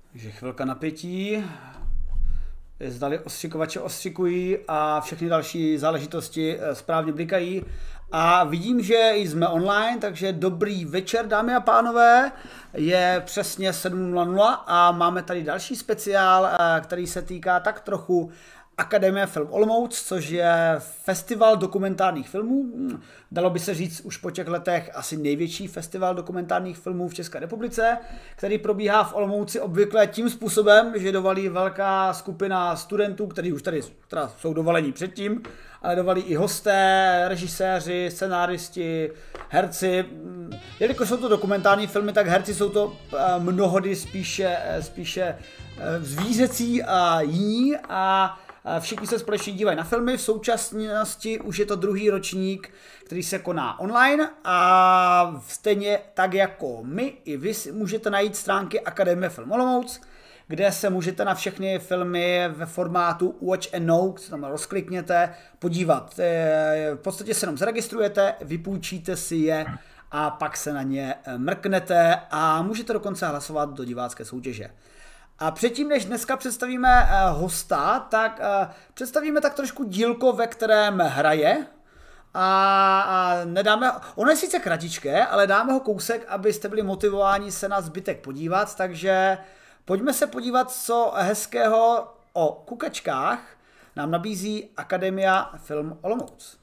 Takže chvilka napětí, zdali ostřikovače ostřikují a všechny další záležitosti správně blikají. A vidím, že jsme online, takže dobrý večer, dámy a pánové. Je přesně 7:00 a máme tady další speciál, který se týká tak trochu Akademie Film Olomouc, což je festival dokumentárních filmů. Dalo by se říct už po těch letech asi největší festival dokumentárních filmů v České republice, který probíhá v Olomouci obvykle tím způsobem, že dovalí velká skupina studentů, kteří už tady jsou dovalení předtím, ale dovalí i hosté, režiséři, scenáristi, herci. Jelikož jsou to dokumentární filmy, tak herci jsou to mnohdy spíše zvířecí a jiní a všichni se společně dívají na filmy. V současnosti už je to druhý ročník, který se koná online a stejně tak jako my, i vy můžete najít stránky Akademie Film Olomouc, kde se můžete na všechny filmy ve formátu Watch and Know, se tam rozklikněte, podívat. V podstatě se jenom zaregistrujete, vypůjčíte si je a pak se na ně mrknete a můžete dokonce hlasovat do divácké soutěže. A předtím, než dneska představíme hosta, tak představíme tak trošku dílko, ve kterém hraje. A nedáme, ono je sice kratičké, ale dáme ho kousek, abyste byli motivováni se na zbytek podívat, takže pojďme se podívat, co hezkého o kukačkách nám nabízí Akademia Film Olomouc.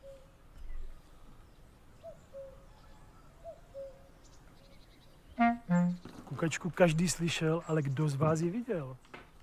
Kukačku každý slyšel, ale kdo z vás ji viděl?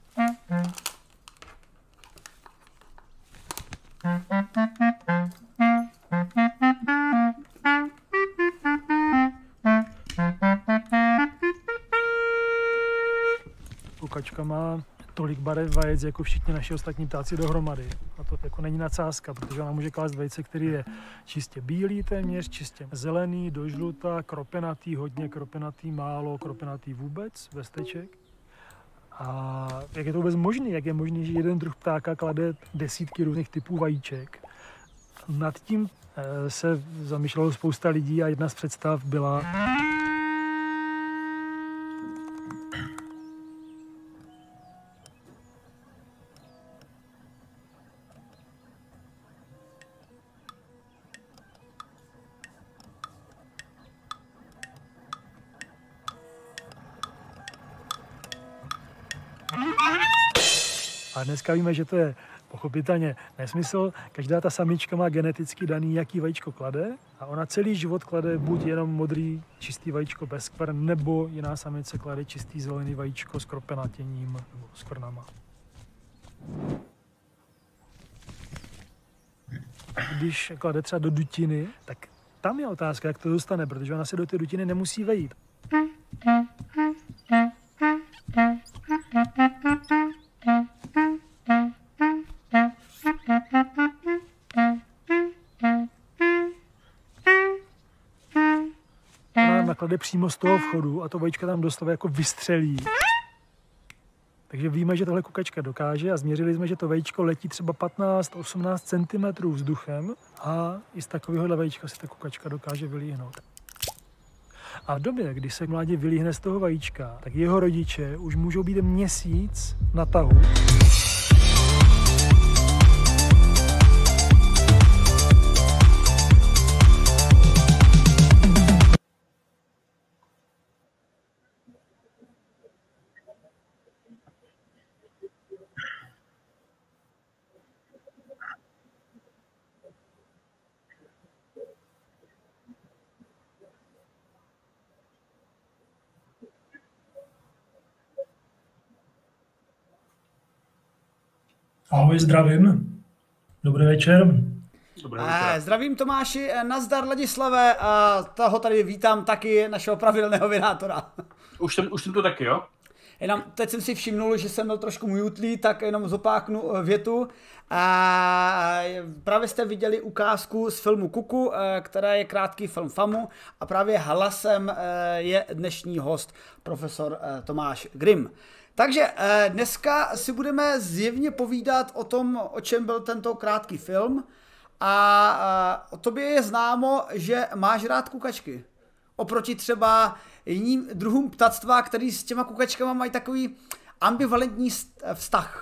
Kukačka má tolik barev vajec jako všichni naši ostatní ptáci dohromady. A to jako není nadsázka, protože ona může klást vejce, který je čistě bílý téměř, čistě zelený, do žluta, kropenatý, hodně kropenatý, málo kropenatý vůbec, bez teček. A jak je to vůbec možné? Jak je možné, že jeden druh ptáka klade desítky různých typů vajíček? Nad tím se zamýšlelo spousta lidí a jedna z představ byla... A dneska víme, že to je pochopitelně nesmysl. Každá ta samička má geneticky daný, jaký vajíčko klade a ona celý život klade buď jenom modrý čistý vajíčko bez skvrn, nebo jiná samice klade čistý zelený vajíčko s kropenatěním nebo skvrnama. Když klade třeba do dutiny, tak tam je otázka, jak to dostane, protože ona se do té dutiny nemusí vejít. Ona naklade přímo z toho vchodu a to vajíčko tam doslova jako vystřelí. Takže víme, že tohle kukačka dokáže a změřili jsme, že to vajíčko letí třeba 15-18 cm vzduchem a i z takovéhohle vajíčka se ta kukačka dokáže vylíhnout. A v době, kdy se mládě vylíhne z toho vajíčka, tak jeho rodiče už můžou být měsíc na tahu. Ahoj, zdravím. Dobrý večer. Dobrý večer. Zdravím Tomáši, nazdar Ladislave a toho tady vítám taky našeho pravidelného moderátora. Už jsem tu taky, jo? Jenom teď jsem si všimnul, že jsem byl trošku mutlý, tak jenom zopáknu větu. A právě jste viděli ukázku z filmu Kuku, která je krátký film FAMU a právě hlasem je dnešní host profesor Tomáš Grimm. Takže dneska si budeme zjevně povídat o tom, o čem byl tento krátký film a o tobě je známo, že máš rád kukačky. oproti třeba jiným druhům ptactva, který s těma kukačkama mají takový ambivalentní vztah?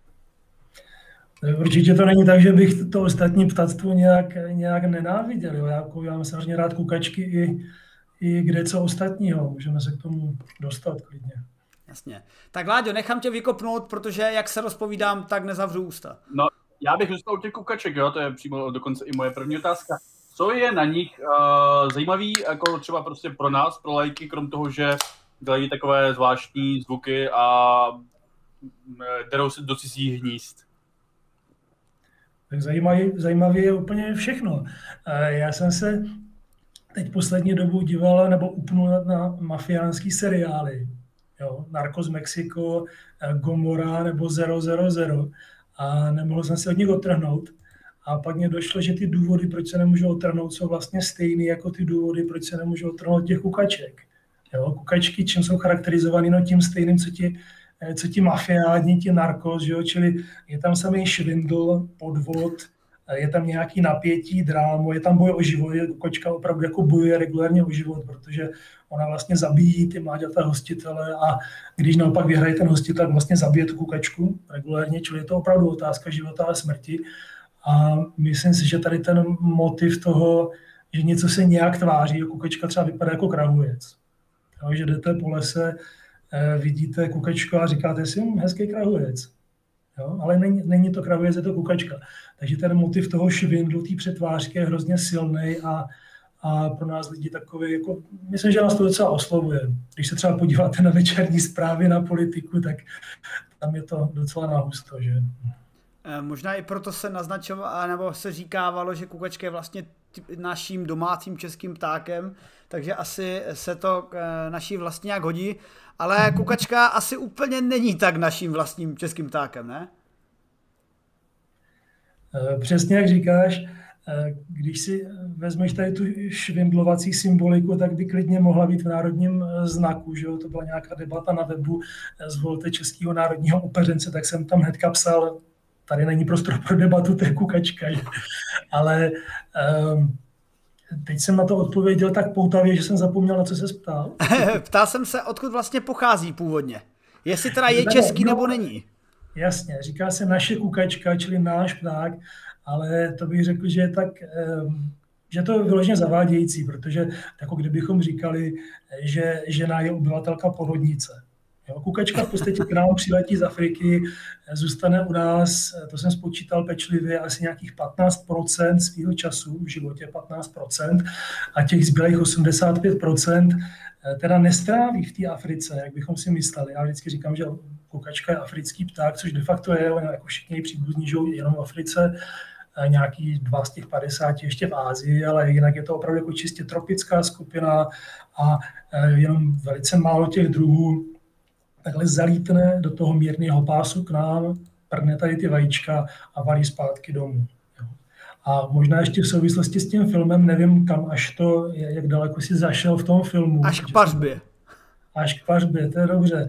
Určitě to není tak, že bych to ostatní ptactvo nějak nenáviděl. Jo. Já mám samozřejmě rád kukačky i kde co ostatního. Můžeme se k tomu dostat klidně. Jasně. Tak Láďo, nechám tě vykopnout, protože jak se rozpovídám, tak nezavřu ústa. No, já bych zůstal u těch kukaček, jo, to je přímo dokonce i moje první otázka. Co je na nich zajímavý, jako třeba prostě pro nás, pro lajky, krom toho, že dělají takové zvláštní zvuky a derou se do cizích hnízd? Tak zajímavé je úplně všechno. Já jsem se teď poslední dobu díval nebo upnul na mafiánský seriály. Jo? Narcos Mexico, Gomorra nebo 000 a nemohl jsem se od nich odtrhnout. A pak mě došlo, že ty důvody, proč se nemůžu odtrhnout, jsou vlastně stejné jako ty důvody, proč se nemůžu odtrhnout těch kukaček. Jo? Kukačky, čím jsou charakterizovány, no tím stejným, co ti mafiáni, ti narkos, jo? Čili je tam samý švindl, podvod, je tam nějaký napětí, drámo, je tam boj o život, kukačka opravdu jako bojuje regulárně o život, protože ona vlastně zabíjí ty mláďata hostitele a když naopak vyhraje ten hostitel, tak vlastně zabije tu kukačku regulárně, čili je to opravdu otázka života a smrti. A myslím si, že tady ten motiv toho, že něco se nějak tváří, kukačka třeba vypadá jako krahujec. Takže jdete po lese, vidíte kukačku a říkáte si, hezký krahujec. Jo? Ale není to krahujec, je to kukačka. Takže ten motiv toho švindlu, té přetvářky je hrozně silný a pro nás lidi takový, jako, myslím, že nás to docela oslovuje. Když se třeba podíváte na večerní zprávy na politiku, tak tam je to docela nahusto, že? Možná i proto se naznačovalo, nebo se říkávalo, že kukačka je vlastně naším domácím českým ptákem, takže asi se to naší vlastní nějak hodí, ale kukačka asi úplně není tak naším vlastním českým ptákem, ne? Přesně jak říkáš, když si vezmeš tady tu švindlovací symboliku, tak by klidně mohla být v národním znaku, že jo? To byla nějaká debata na webu, zvolte českého národního opeřence, tak jsem tam hnedka psal, tady není prostor pro debatu, to je kukačka. Ale teď jsem na to odpověděl tak poutavě, že jsem zapomněl, na co se ptal. Ptal jsem se, odkud vlastně pochází původně. Jestli teda je český nebo není. Jasně, říká se naše kukačka, čili náš pták, ale to bych řekl, že je tak, že to je vyloženě zavádějící, protože jako kdybychom říkali, že žena je obyvatelka porodnice. Jo, kukačka v podstatě k nám přiletí z Afriky, zůstane u nás, to jsem spočítal pečlivě, asi nějakých 15% svého času v životě, 15%, a těch zbylých 85% teda nestráví v té Africe, jak bychom si mysleli. Já vždycky říkám, že kukačka je africký pták, což de facto je, jako všichni příbuzní žijou jenom v Africe, nějaký 2 z těch 50 ještě v Ázii, ale jinak je to opravdu jako čistě tropická skupina a jenom velice málo těch druhů takhle zalítne do toho mírného pásu k nám, prdne tady ty vajíčka a valí zpátky domů. Jo. A možná ještě v souvislosti s tím filmem, nevím kam až to, jak daleko si zašel v tom filmu. Až k pařbě. Až k pařbě, to je dobře.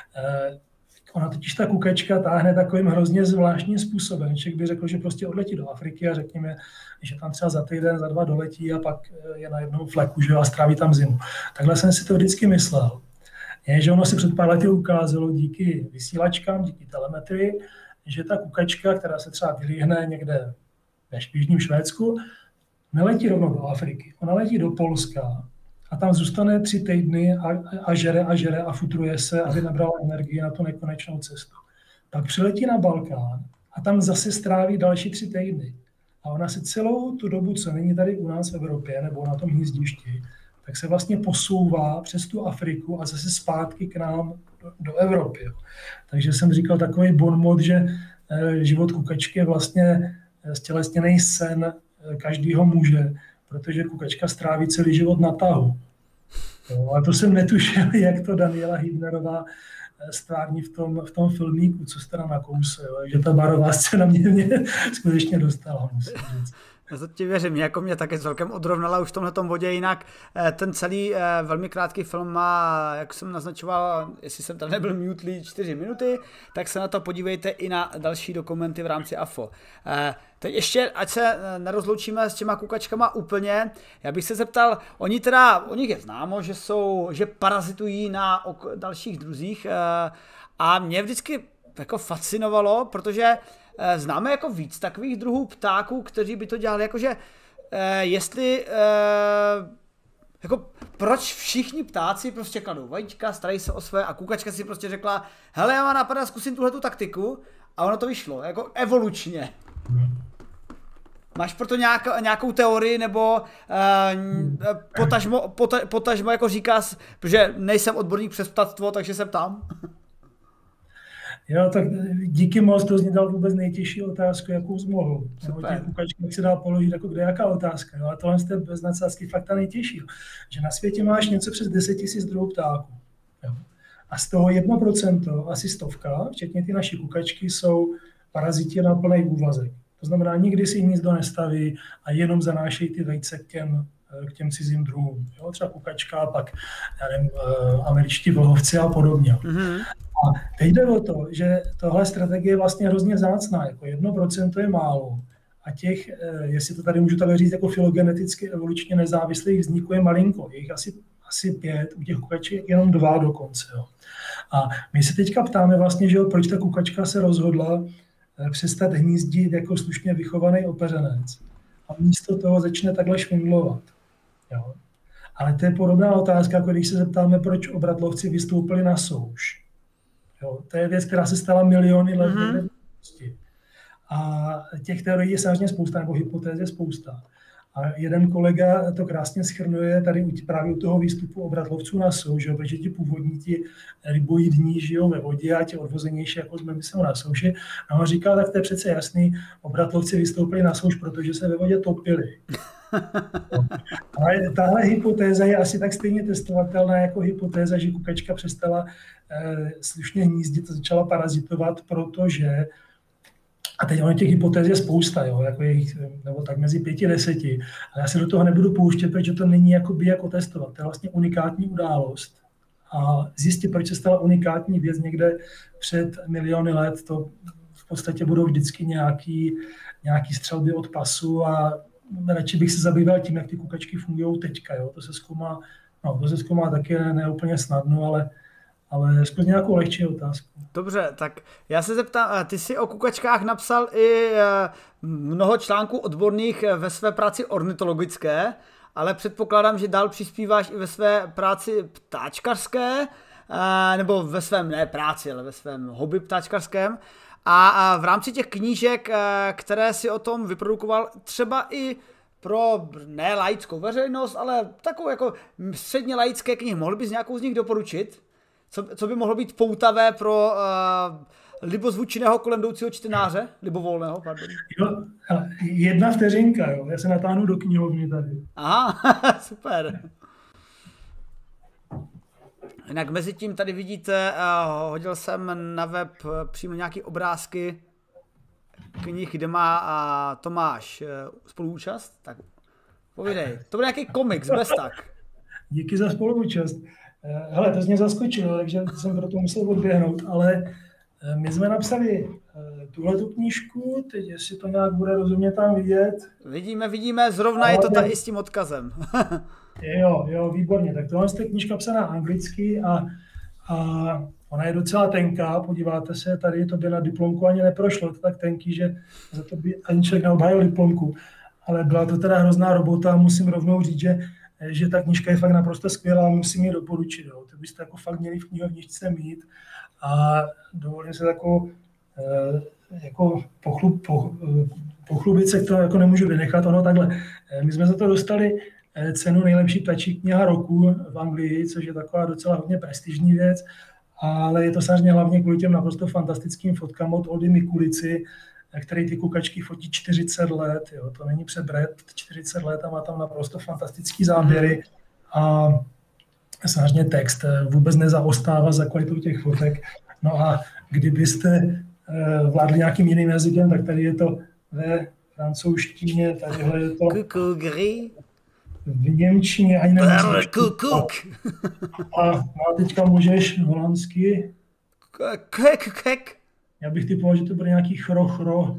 Ona totiž ta kukačka táhne takovým hrozně zvláštním způsobem. Člověk by řekl, že prostě odletí do Afriky a řekněme, že tam třeba za týden, za 2 doletí a pak je na jednou fleku, že, a stráví tam zimu. Takhle jsem si to vždycky myslel. Je, že ono se před pár lety ukázalo díky vysílačkám, díky telemetrii, že ta kukačka, která se třeba vylíhne někde ve Jižním Švédsku, neletí rovnou do Afriky. Ona letí do Polska a tam zůstane 3 týdny a žere a futruje se, aby nabrala energii na tu nekonečnou cestu. Pak přiletí na Balkán a tam zase stráví další 3 týdny. A ona se celou tu dobu, co není tady u nás v Evropě nebo na tom hnízdišti, tak se vlastně posouvá přes tu Afriku a zase zpátky k nám do Evropy. Takže jsem říkal takový bonmot, že život kukačky je vlastně stělesněný sen každého muže, protože kukačka stráví celý život na tahu. A to jsem netušil, jak to Daniela Hübnerová stvární v tom filmíku, co jste nám nakousl. Takže ta barová scéna mě skutečně dostala, musím říct. Já to ti věřím, jako mě také celkem odrovnala už v tomhletom bodě, jinak ten celý velmi krátký film má, jak jsem naznačoval, jestli jsem tam nebyl mutlý 4 minuty, tak se na to podívejte i na další dokumenty v rámci AFO. Teď ještě, ať se nerozloučíme s těma kukačkama úplně, já bych se zeptal, o nich je známo, že parazitují na dalších druzích a mě vždycky jako fascinovalo, protože známe jako víc takových druhů ptáků, kteří by to dělali, jakože jako proč všichni ptáci prostě kladou vajíčka, starají se o své a kukačka si prostě řekla, hele, já mám napadá, zkusím tuhletu taktiku a ono to vyšlo, jako evolučně. Máš proto nějakou teorii, nebo potažmo jako říkáš, protože nejsem odborník přes ptactvo, takže se ptám. Jo, tak díky moc, to jsi dal vůbec nejtěžší otázku, jakou jsi mohl. Nebo těch kukačkách se dá položit jako kdejaká otázka. Jo? A tohle je bez nadsázky fakt ta nejtěžší. Že na světě máš něco přes 10 000 druhů ptáků. Jo? A z toho 1%, asi 100, včetně ty naší kukačky, jsou paraziti na plný úvazek. To znamená, nikdy si hnízdo nestaví a jenom zanášejí ty vejce k těm cizím druhům. Jo? Třeba kukačka, pak já nevím, američtí vlhovci a podobně. Mm-hmm. A teď jde o to, že tohle strategie je vlastně hrozně vzácná, jako 1% je málo. A těch, jestli to tady můžu takhle říct, jako filogeneticky evolučně nezávislých vzniků je malinko. Je jich asi 5, u těch kukaček jenom 2 dokonce. Jo. A my se teďka ptáme vlastně, že proč ta kukačka se rozhodla přestat hnízdit jako slušně vychovaný opeřenec. A místo toho začne takhle švindlovat. Jo. Ale to je podobná otázka, jako když se zeptáme, proč obratlovci vystoupili na souš. Jo, to je věc, která se stala miliony let. Mm-hmm. A těch teorií je samozřejmě spousta, nebo hypotéz je spousta. A jeden kolega to krásně shrnuje tady právě u toho výstupu obratlovců na souš, protože ti původní ti ryboidní žijou ve vodě a ti odvozenější, jako jsme mysleli na souši. A on říkal, tak to je přece jasný, obratlovci vystoupili na souš, protože se ve vodě topili. Ale tahle hypotéza je asi tak stejně testovatelná jako hypotéza, že kukačka přestala slušně hnízdit a začala parazitovat, protože, a teď ono těch hypotéz je spousta, jo, jako jich, nebo tak mezi 5 a 10, ale já se do toho nebudu pouštět, protože to není jakoby jako testovat, to je vlastně unikátní událost. A zjistit, proč se stala unikátní věc někde před miliony let, to v podstatě budou vždycky nějaký střelby od pasu a radši bych se zabýval tím, jak ty kukačky fungují teďka. Jo. To se zkoumá taky ne úplně snadno, ale zkus nějakou lehčí otázku. Dobře, tak já se zeptám, ty jsi o kukačkách napsal i mnoho článků odborných ve své práci ornitologické, ale předpokládám, že dál přispíváš i ve své práci ptáčkařské, nebo ve svém, ne práci, ale ve svém hobby ptáčkařském. A v rámci těch knížek, které si o tom vyprodukoval, třeba i pro ne laickou veřejnost, ale takovou jako středně laické knihy, mohl bys nějakou z nich doporučit? Co by mohlo být poutavé pro libozvučného kolem jdoucího čtenáře? Libovolného, pardon. Jo, 1 vteřinka, jo. Já se natáhnu do knihovny tady. Aha, super. Jinak mezi tím tady vidíte, hodil jsem na web přímo nějaké obrázky knih, kde má Tomáš spoluúčast. Tak povídej, to byl nějaký komiks, bez tak. Díky za spoluúčast. Hele, to jsi mě zaskočil, takže jsem pro to musel odběhnout, ale my jsme napsali tuhletu knížku, teď jestli to nějak bude rozumět tam vidět. Vidíme, zrovna ale je to tady i s tím odkazem. Jo, výborně. Tak tohle je knížka psaná anglicky a ona je docela tenká, podíváte se, tady to by na diplomku ani neprošlo, to tak tenký, že za to by ani člověk neobhájil diplomku. Ale byla to teda hrozná robota a musím rovnou říct, že ta knížka je fakt naprosto skvělá, musím ji doporučit. Jo. To byste jako fakt měli v knihovničce mít a dovolím se jako pochlubit se, to jako nemůžu vynechat, ono takhle. My jsme za to dostali cenu nejlepší ptačí kniha roku v Anglii, což je taková docela hodně prestižní věc, ale je to samozřejmě hlavně kvůli těm naprosto fantastickým fotkám od Oldy Mikulici, který ty kukačky fotí 40 let, jo. To není přebret, 40 let a má tam naprosto fantastický záběry a samozřejmě text vůbec nezaostává za kvalitou těch fotek. No a kdybyste vládli nějakým jiným jazykem, tak tady je to ve francouzštině, tadyhle je to Kukugry. v němčině, ani nevím. Kukuk. A teďka můžeš holandsky. Kek. Já bych typoval, že to bude nějaký chro.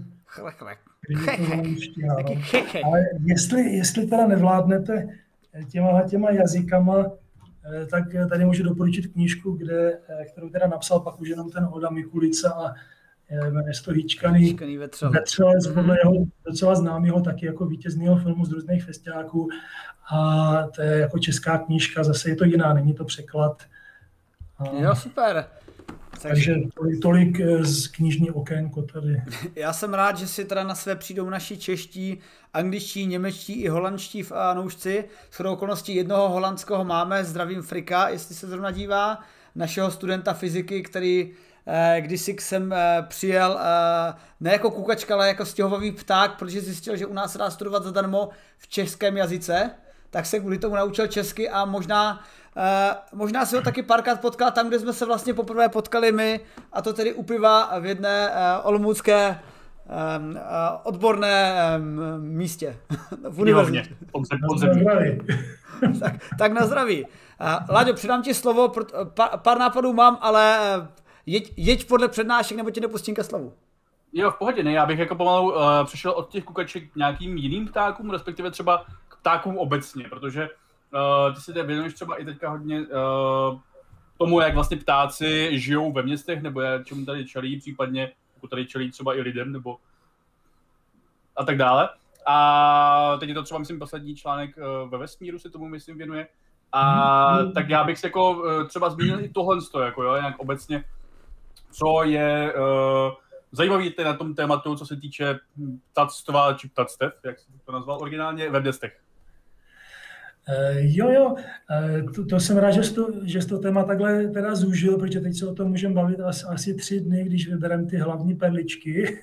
Ale jestli teda nevládnete těma jazykama, tak tady můžu doporučit knížku, kterou teda napsal pak už jenom ten Oda Mikulica a jmenuje se to Hýčkaný vetřelec, podle jeho docela známého taky jako vítězného filmu z různých festiáků. A to je jako česká knížka, zase je to jiná, není to překlad. Jo, super. Takže tolik z knižní okénko tady. Já jsem rád, že si teda na své přijdou naši čeští, angličtí, němečtí i holandští fanoušci. Shodou okolností jednoho holandského máme, zdravím Frika, jestli se zrovna dívá, našeho studenta fyziky, který kdysi jsem přijel ne jako kukačka, ale jako stěhovavý pták, protože zjistil, že u nás se dá studovat zadarmo v českém jazyce, tak se kvůli tomu naučil česky a možná si ho taky párkrát potkal tam, kde jsme se vlastně poprvé potkali my, a to tedy u piva v jedné olomoucké odborné místě v univerzitě. Tak na zdraví. Láďo, předám ti slovo, pár nápadů mám, ale jeď podle přednášek, nebo tě nepustím ke slovu. Jo, v pohodě, ne, já bych jako pomalu přešel od těch kukaček k nějakým jiným ptákům, respektive třeba k ptákům obecně, protože ty si věnuješ třeba i teďka hodně tomu, jak vlastně ptáci žijou ve městech, nebo čemu tady čelí, případně pokud tady čelí třeba i lidem, nebo a tak dále. A teď je to třeba, myslím, poslední článek ve vesmíru se tomu, myslím, věnuje. A tak já bych se jako třeba zmínil i tohle, jako jo, nějak obecně, co je zajímavý na tom tématu, co se týče ptactva, či ptactev, jak jsem to nazval originálně, ve městech. Jo, to jsem rád, že jsi to téma takhle teda zúžil, protože teď se o tom můžeme bavit asi 3 dny, když vybereme ty hlavní perličky.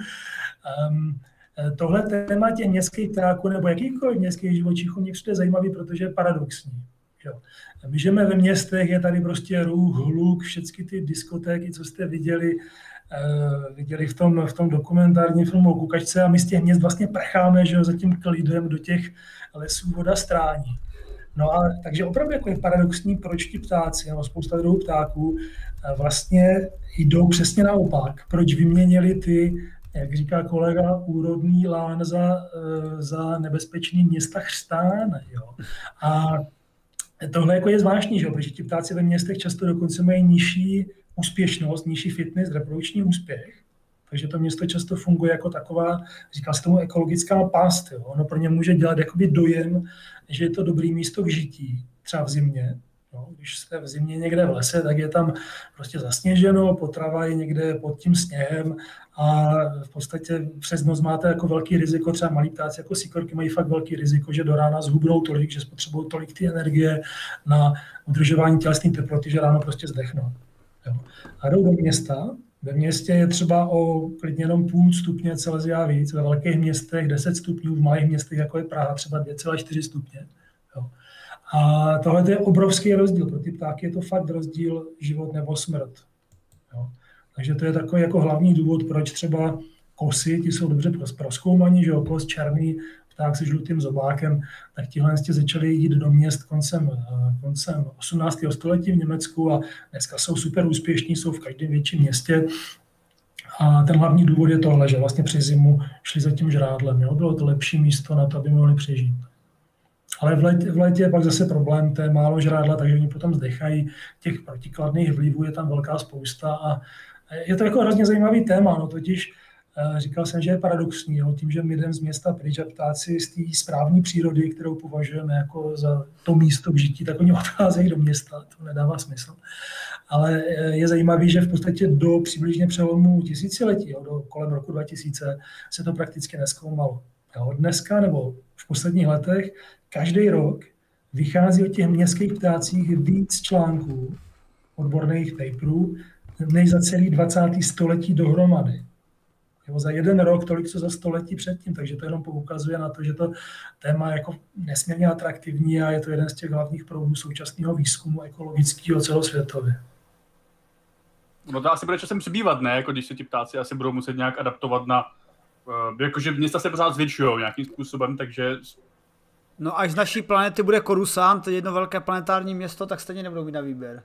Tohle téma těch městských ptáků nebo jakýchkoliv městských živočichů mě přijde zajímavý, protože je paradoxní. Jo. My žijeme ve městech, je tady prostě ruch, hluk, všechny ty diskotéky, co jste viděli v tom dokumentárním filmu o kukačce, a my z těch měst vlastně prcháme, že jo, za tím klidem do těch lesů voda strání. No a takže opravdu jako je paradoxní, proč ti ptáci, nebo spousta druhů ptáků vlastně jdou přesně naopak, proč vyměnili ty, jak říká kolega, úrodný lán za nebezpečný města chřtán. Jo. A tohle jako je zvláštní, že jo, protože ti ptáci ve městech často dokonce mají nižší úspěšnost, nižší fitness, reprodukční úspěch. Takže to město často funguje jako taková, říká se tomu ekologická past. Jo. Ono pro ně může dělat jakoby dojem, že je to dobrý místo k žití, třeba v zimě. No, když jste v zimě někde v lese, tak je tam prostě zasněženo, potrava je někde pod tím sněhem a v podstatě přes noc máte jako velký riziko, třeba malí ptáci jako sikorky mají fakt velký riziko, že do rána zhubnou tolik, že spotřebují tolik ty energie na udržování tělesné teploty, že ráno prostě zdechnou. Jo. A jdou do města. Ve městě je třeba o klidně jenom 0,5 stupně Celsia víc, ve velkých městech 10 stupňů, v malých městech, jako je Praha, třeba 2,4 stupně. Jo. A tohle je obrovský rozdíl. Pro ty ptáky je to fakt rozdíl život nebo smrt. Jo. Takže to je takový jako hlavní důvod, proč třeba kosy, ti jsou dobře prozkoumaní, že jo, kos černý, pták se žlutým zobákem, tak tihle začali jít do měst koncem 18. století v Německu a dneska jsou super úspěšní, jsou v každém větším městě. A ten hlavní důvod je tohle, že vlastně přes zimu šli za tím žrádlem. Jo? Bylo to lepší místo na to, aby mohli přežít. Ale v létě je pak zase problém, to je málo žrádla, takže oni potom zdechají. Těch protikladných vlivů je tam velká spousta a je to jako hrozně zajímavý téma, no totiž říkal jsem, že je paradoxní, jo, tím, že my jdeme z města pryč a ptáci z té správní přírody, kterou považujeme jako za to místo k žití, tak oni odcházejí do města, to nedává smysl. Ale je zajímavý, že v podstatě do přibližně přelomu tisíciletí, jo, do kolem roku 2000, se to prakticky nezkoumalo. Jo, dneska nebo v posledních letech každý rok vychází o těch městských ptácích víc článků, odborných paperů, než za celý 20. století dohromady. Jo, za jeden rok tolik, co za století předtím, takže to jenom poukazuje na to, že to téma je jako nesmírně atraktivní a je to jeden z těch hlavních proudů současného výzkumu ekologického celosvětově. No to asi bude časem přibývat, ne? Jako když se ti ptáci asi budou muset nějak adaptovat na jakože města se pořád zvětšují nějakým způsobem, takže... No až z naší planety bude Coruscant, jedno velké planetární město, tak stejně nebudou mít na výběr.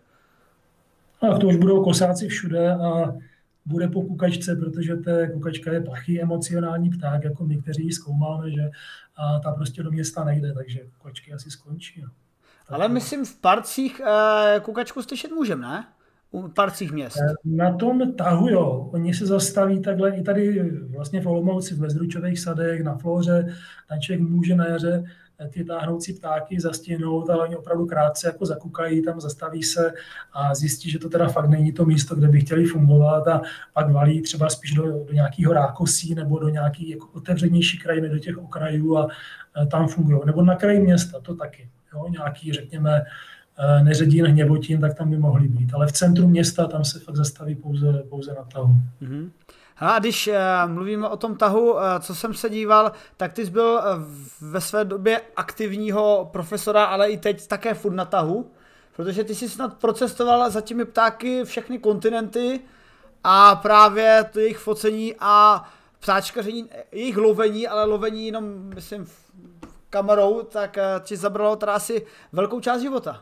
A to už budou kosáci všude a bude po kukačce, protože kukačka je plachý emocionální pták, jako my, kteří ji zkoumáme, že a ta prostě do města nejde, takže kukačky asi skončí. No. Ale myslím, v parcích kukačku slyšet můžeme, ne? U parcích měst. Na tom tahu, jo. Oni se zastaví takhle i tady vlastně v Olomouci, v Mezručových sadech, na Flóře, tam člověk může na jaře ty táhnoucí ptáky zastihnout, ale oni opravdu krátce jako zakukají, tam zastaví se a zjistí, že to teda fakt není to místo, kde by chtěli fungovat a pak valí třeba spíš do nějakého rákosí nebo do nějaký jako otevřenější krajiny, do těch okrajů a tam fungují. Nebo na kraji města, to taky. Jo? Nějaký, řekněme, Neředín, Hněvotín, tak tam by mohly být. Ale v centru města tam se fakt zastaví pouze na tahu. Mm-hmm. A když mluvíme o tom tahu, co jsem se díval, tak ty jsi byl ve své době aktivního profesora, ale i teď také furt na tahu, protože ty jsi snad procestoval za těmi ptáky všechny kontinenty a právě to jejich focení a ptáčkaření, jejich lovení, ale lovení jenom, myslím, kamerou, tak ti zabralo teda asi velkou část života.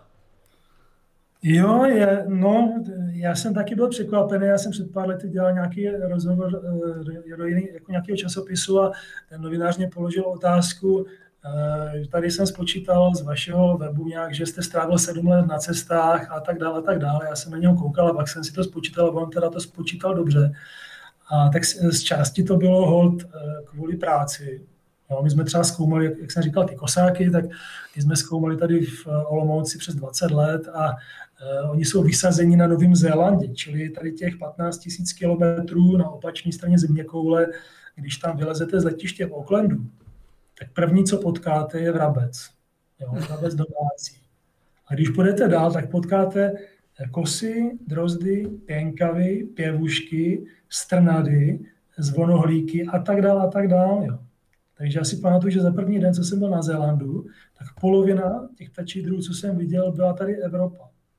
Jo, já jsem taky byl překvapený, já jsem před pár lety dělal nějaký rozhovor do jako nějakého časopisu a ten novinář mě položil otázku, tady jsem spočítal z vašeho webu nějak, že jste strávil 7 let na cestách a tak dále, já jsem na něho koukal a pak jsem si to spočítal a on teda to spočítal dobře. A tak z části to bylo hold kvůli práci. Jo, my jsme třeba zkoumali, jak jsem říkal, ty kosáky, tak my jsme zkoumali tady v Olomouci přes 20 let a oni jsou vysazeni na Novém Zélandě, čili tady těch 15 000 kilometrů na opačné straně zeměkoule, když tam vylezete z letiště v Aucklandu, tak první, co potkáte, je vrabec. Jo, vrabec domácí. A když půjdete dál, tak potkáte kosy, drozdy, pěnkavy, pěvušky, strnady, zvonohlíky a tak dále. Jo. Takže já si pamatuju, že za první den, co jsem byl na Zélandu, tak polovina těch ptačích druhů, co jsem viděl, byla tady Evropa.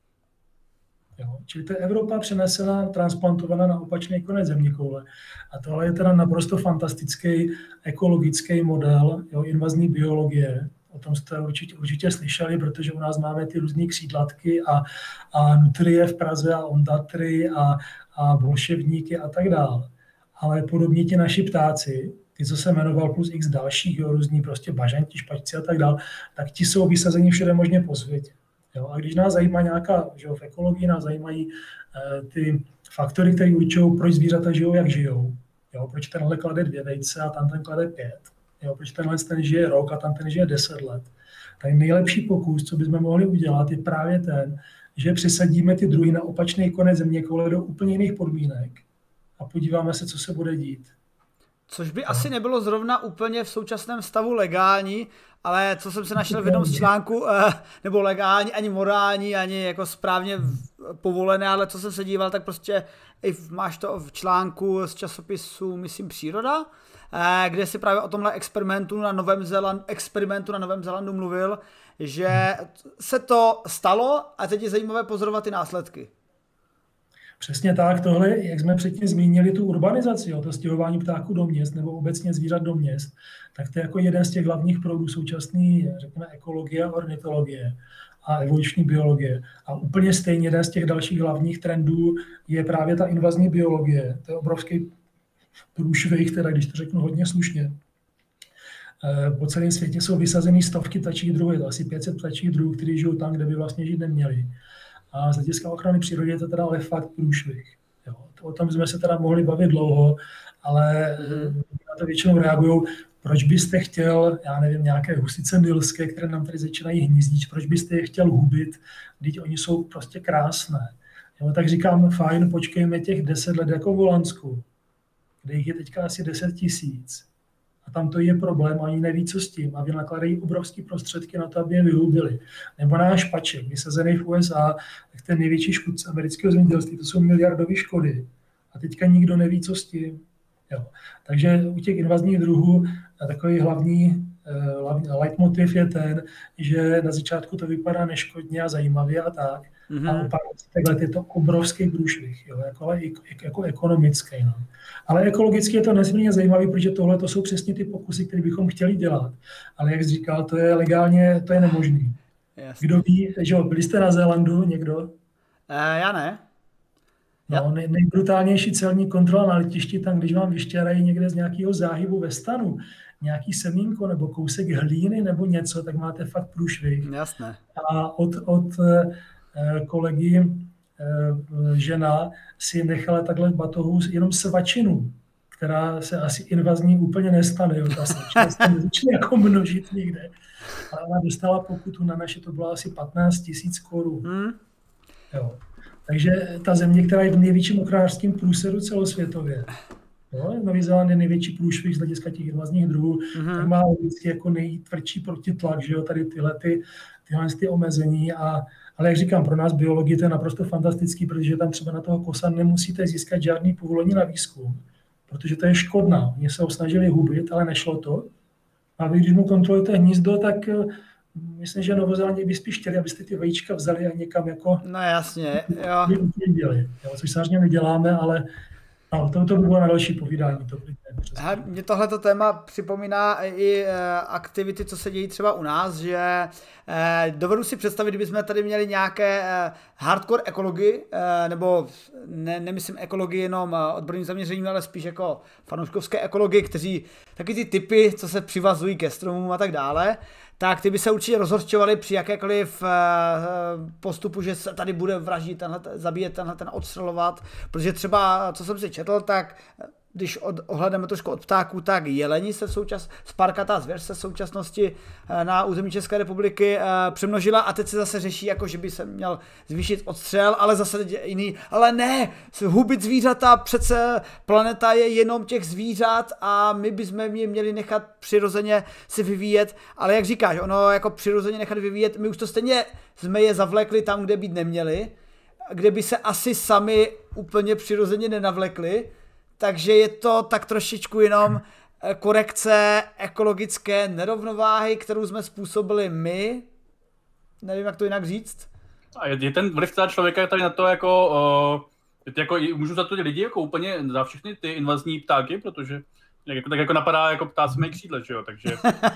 Jo? Čili to je Evropa přenesená, transplantovaná na opačný konec zeměkoule. A tohle je teda naprosto fantastický ekologický model, jo, invazní biologie. O tom jste určitě slyšeli, protože u nás máme ty různé křídlatky a nutrie v Praze a ondatry a bolševníky a tak dále. Ale podobně ti naši ptáci, ty, co se jmenoval, plus x dalších, jo, různí prostě bažanti, špačci a tak dále, tak ti jsou vysazeni všude možně po světě. Jo, a když nás zajímá nějaká, že v ekologii nás zajímají ty faktory, které určují, proč zvířata žijou, jak žijou. Jo, proč tenhle klade 2 vejce a tam ten klade 5. Jo, proč tenhle ten žije rok a tam ten žije 10 let. Tak nejlepší pokus, co bychom mohli udělat, je právě ten, že přisadíme ty druhy na opačný konec zeměkoule do úplně jiných podmínek a podíváme se, co se bude dít. Což by asi nebylo zrovna úplně v současném stavu legální, ale co jsem se našel v jednom z článku, nebo legální, ani morální, ani jako správně povolené, ale co jsem se díval, tak prostě máš to v článku z časopisu, myslím, Příroda, kde si právě o tomhle experimentu na Novém Zélandu mluvil, že se to stalo a teď je zajímavé pozorovat ty následky. Přesně tak, tohle, jak jsme předtím zmínili tu urbanizaci, to stěhování ptáků do měst nebo obecně zvířat do měst, tak to je jako jeden z těch hlavních proudů současné, řekněme, ekologie a ornitologie a evoluční biologie. A úplně stejně jeden z těch dalších hlavních trendů je právě ta invazní biologie. To je obrovský průšvih, teda, když to řeknu hodně slušně. Po celém světě jsou vysazeny stovky ptačích druhů, je to asi 500 ptačích druhů, kteří žijou tam, kde by vlastně žít neměli. A z hlediska ochrany přírody je to teda ale fakt průšvih. Jo. O tom jsme se teda mohli bavit dlouho, ale na to většinou reagují, proč byste chtěl, já nevím, nějaké husice nilské, které nám tady začínají hnízdit, proč byste je chtěl hubit, když oni jsou prostě krásné. Jo, tak říkám, fajn, počkejme těch 10 let jako v Holandsku, kde jich je teďka asi 10 000. A tam to je problém, oni neví, co s tím. A vynakladají obrovské prostředky na to, aby je vyhubili. Nebo náš špaček, vysazený v USA, tak ten největší škůdce amerického zemědělství, to jsou miliardové škody. A teďka nikdo neví, co s tím. Jo. Takže u těch invazních druhů takový hlavní leitmotiv je ten, že na začátku to vypadá neškodně a zajímavě a tak. A o pár let je to obrovský průšvih, jo, jako ekonomický. No. Ale ekologicky je to nesmírně zajímavé, protože tohle to jsou přesně ty pokusy, které bychom chtěli dělat. Ale jak jsi říkal, to je legálně, to je nemožný. Jasně. Kdo ví, že jo, byli jste na Zélandu někdo? Já ne. No, nejbrutálnější celní kontrola na letišti, tam, když vám vyštěrají někde z nějakého záhybu ve stanu, nějaký semínko nebo kousek hlíny nebo něco, tak máte fakt průšvih. Jasné. A od kolegy žena si nechala takhle v batohu jenom svačinu, která se asi invazní úplně nestane. Jo, ta svačina se nezačne jako množit nikde. Ale ona dostala pokutu na naše, to bylo asi 15 000 korun. Jo. Takže ta země, která je v největším ochranářském průseru celosvětově, Nový Zéland je největší průšvih z hlediska těch invazních druhů, tak má vždycky jako nejtvrdší protitlak, že jo, tady tyhle ty omezení. Ale jak říkám, pro nás biologii to je naprosto fantastický, protože tam třeba na toho kosa nemusíte získat žádný povolení na výzkum, protože to je škodná. Oni se ho snažili hubit, ale nešlo to. A vy, když mu kontrolujete hnízdo, tak myslím, že Novozélandě by spíš chtěli, abyste ty vajíčka vzali a někam jako... No jasně, jo. Což samozřejmě neděláme, ale to by bylo na další povídání. Mně tohleto téma připomíná i aktivity, co se dějí třeba u nás, že dovedu si představit, kdybychom tady měli nějaké hardcore ekology, nebo nemyslím ekologii jenom odborným zaměřením, ale spíš jako fanouškovské ekology, kteří taky ty typy, co se přivazují ke stromům a tak dále, tak ty by se určitě rozhořčovali při jakékoliv postupu, že se tady bude vraždit, zabíjet ten odstřelovat, protože třeba, co jsem si četl, tak když ohledeme trošku od ptáků, tak jeleni sparkatá zvěř se v současnosti na území České republiky přemnožila a teď se zase řeší, jako že by se měl zvýšit odstřel, ale zase jiný, ale ne, hubit zvířata, přece planeta je jenom těch zvířat a my bychom je měli nechat přirozeně si vyvíjet, ale jak říkáš, ono jako přirozeně nechat vyvíjet, my už to stejně jsme je zavlekli tam, kde být neměli, kde by se asi sami úplně přirozeně nenavlekli. Takže je to tak trošičku jenom korekce ekologické nerovnováhy, kterou jsme způsobili my. Nevím, jak to jinak říct. A je ten vliv toho člověka tady na to jako můžu za to lidi jako úplně za všechny ty invazní ptáky, protože tak jako napadá, jako ptáci mají křídle, že jo, takže...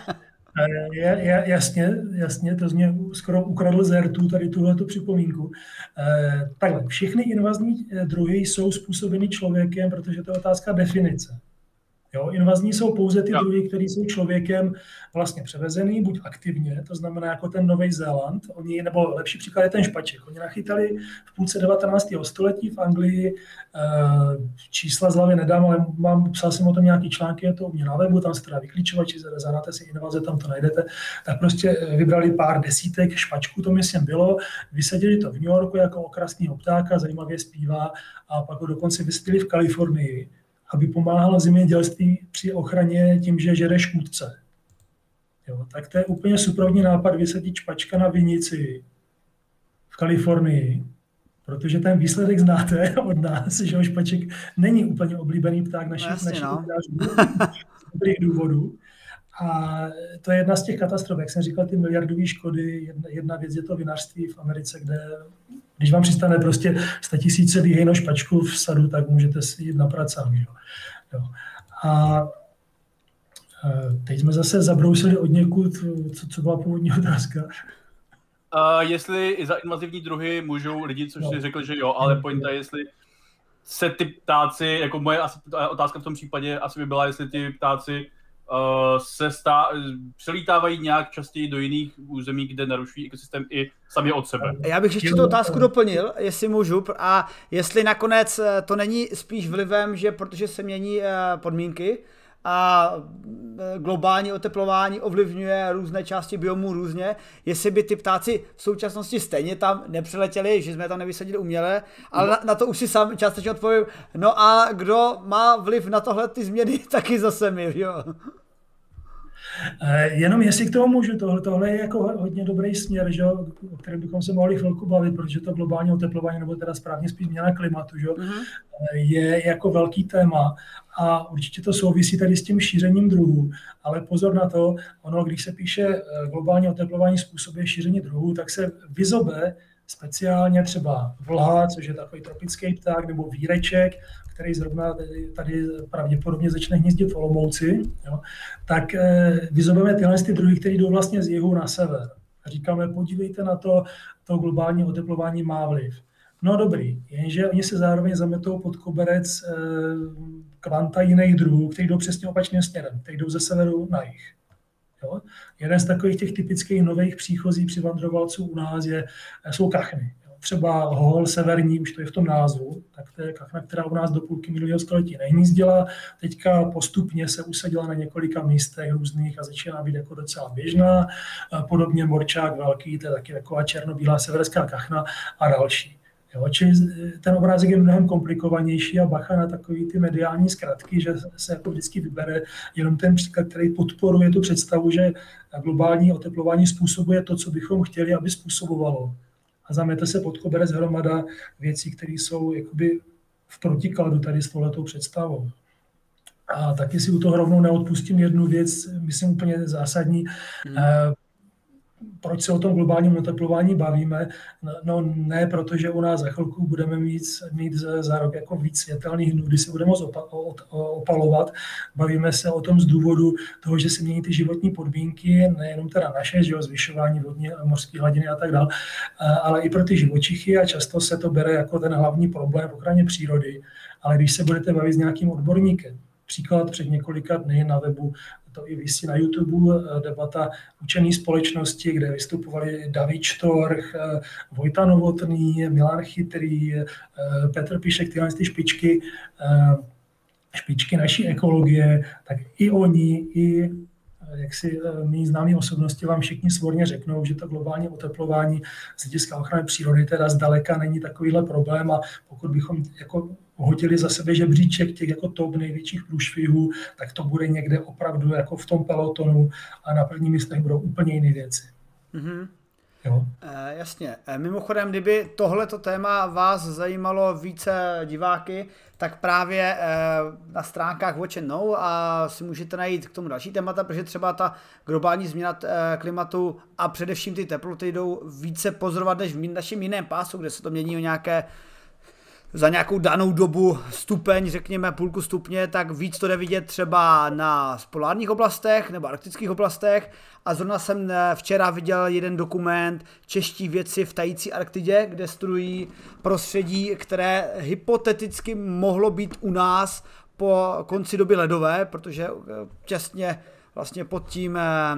Jasně, to z mě skoro ukradl z rtů tady tuhletu připomínku. Takhle, všechny invazní druhy jsou způsobeny člověkem, protože to je otázka definice. Jo, invazní jsou pouze ty druhy, které jsou člověkem vlastně převezený, buď aktivně, to znamená jako ten Nový Zéland, nebo lepší příklad je ten špaček. Oni nachytali v půlce 19. století v Anglii, čísla z hlavy nedám, ale psal jsem o tom nějaký články, je to u mě na webu, tam se teda vyklíčovači, zadáte si invaze, tam to najdete, tak prostě vybrali pár desítek špačků, to myslím bylo, vysadili to v New Yorku jako okrasného ptáka, zajímavě zpívá a pak ho dokonce vysadili v Kalifornii, aby pomáhala zemědělství při ochraně tím, že žere škůdce. Jo, tak to je úplně suprovní nápad vysadit špačka na vinici v Kalifornii, protože ten výsledek znáte od nás, že špaček není úplně oblíbený pták našich odrážů z dobrých důvodů. A to je jedna z těch katastrof, jak jsem říkal, ty miliardové škody. Jedna věc je to vinařství v Americe, kde když vám přistane prostě 100 000 výhejno špačku v sadu, tak můžete si jít na pracák. Jo. A teď jsme zase zabrousili od někud, co byla původní otázka. Jestli i za invazivní druhy můžou lidi, což si řekl, že jo, ale pointa je, jestli se ty ptáci, jako moje otázka v tom případě asi by byla, jestli ty ptáci přelítávají nějak častěji do jiných území, kde narušují ekosystém i sami od sebe. Já bych ještě tu otázku doplnil, jestli můžu, a jestli nakonec to není spíš vlivem, že protože se mění podmínky a globální oteplování ovlivňuje různé části biomu různě, jestli by ty ptáci v současnosti stejně tam nepřiletěli, že jsme tam nevysadili uměle, ale na to už si sám částečně odpovím, no a kdo má vliv na tohle ty změny, taky zase my, jo. Jenom jestli k tomu můžu, tohle je jako hodně dobrý směr, že, o kterém bychom se mohli chvilku bavit, protože to globální oteplování, nebo teda správně spíš změna klimatu, že, je jako velký téma a určitě to souvisí tady s tím šířením druhů, ale pozor na to, když se píše globální oteplování způsobuje šíření druhů, tak se vyzobe speciálně třeba vlha, což je takový tropický pták, nebo víreček, který zrovna tady pravděpodobně začne hnízdit v Olomouci, jo, tak vyzobeme tyhle druhy, které jdou vlastně z jihu na sever. A říkáme, podívejte na to globální oteplování má vliv. No dobrý, jenže oni se zároveň zametou pod koberec kvanta jiných druhů, který jdou přesně opačným směrem, který jdou ze severu na jih. Jo? Jeden z takových těch typických nových příchozí přivandrovalců u nás jsou kachny. Jo? Třeba hol severní, už to je v tom názvu, tak to je kachna, která u nás do půlky minulého století nehnízdila. Teďka postupně se usadila na několika místech různých a začíná být jako docela běžná. Podobně morčák velký, to je taky taková černobílá severská kachna a další. Jo, čili ten obrázek je mnohem komplikovanější a bacha na takový ty mediální zkratky, že se jako vždycky vybere jenom ten příklad, který podporuje tu představu, že globální oteplování způsobuje to, co bychom chtěli, aby způsobovalo. A zamete se pod koberec hromada věcí, které jsou jakoby v protikladu tady s touhletou představou. A taky si u toho rovnou neodpustím jednu věc, myslím úplně zásadní. Proč se o tom globálním oteplování bavíme? No ne, protože u nás za chvilku budeme mít za rok jako víc světelných dnů, kdy se budeme opalovat. Bavíme se o tom z důvodu toho, že se mění ty životní podmínky, nejenom teda naše, že jo, zvyšování vodní a mořské hladiny a tak dále, ale i pro ty živočichy a často se to bere jako ten hlavní problém v ochraně přírody. Ale když se budete bavit s nějakým odborníkem, příklad před několika dny na webu, to i visí na YouTube, debata učené společnosti, kde vystupovali David Štorch, Vojta Novotný, Milan Chytrý, Petr Pišek, tyhle ty špičky naší ekologie, tak i oni, i jak si mý známí osobnosti vám všichni svorně řeknou, že to globální oteplování z hlediska ochrany přírody teda zdaleka není takovýhle problém a pokud bychom jako hodili za sebe žebříček těch jako top největších průšvihů, tak to bude někde opravdu jako v tom pelotonu a na prvním místech budou úplně jiné věci. Mm-hmm. Jo. Jasně. Mimochodem, kdyby tohleto téma vás zajímalo více diváky, tak právě na stránkách Watch & Know a si můžete najít k tomu další témata, protože třeba ta globální změna klimatu a především ty teploty jdou více pozorovat než v našem jiném pásu, kde se to mění o za nějakou danou dobu stupeň, řekněme půlku stupně, tak víc to jde vidět třeba na polárních oblastech nebo arktických oblastech. A zrovna jsem včera viděl jeden dokument Čeští vědci v tající Arktidě, kde studují prostředí, které hypoteticky mohlo být u nás po konci doby ledové, protože těsně vlastně pod tím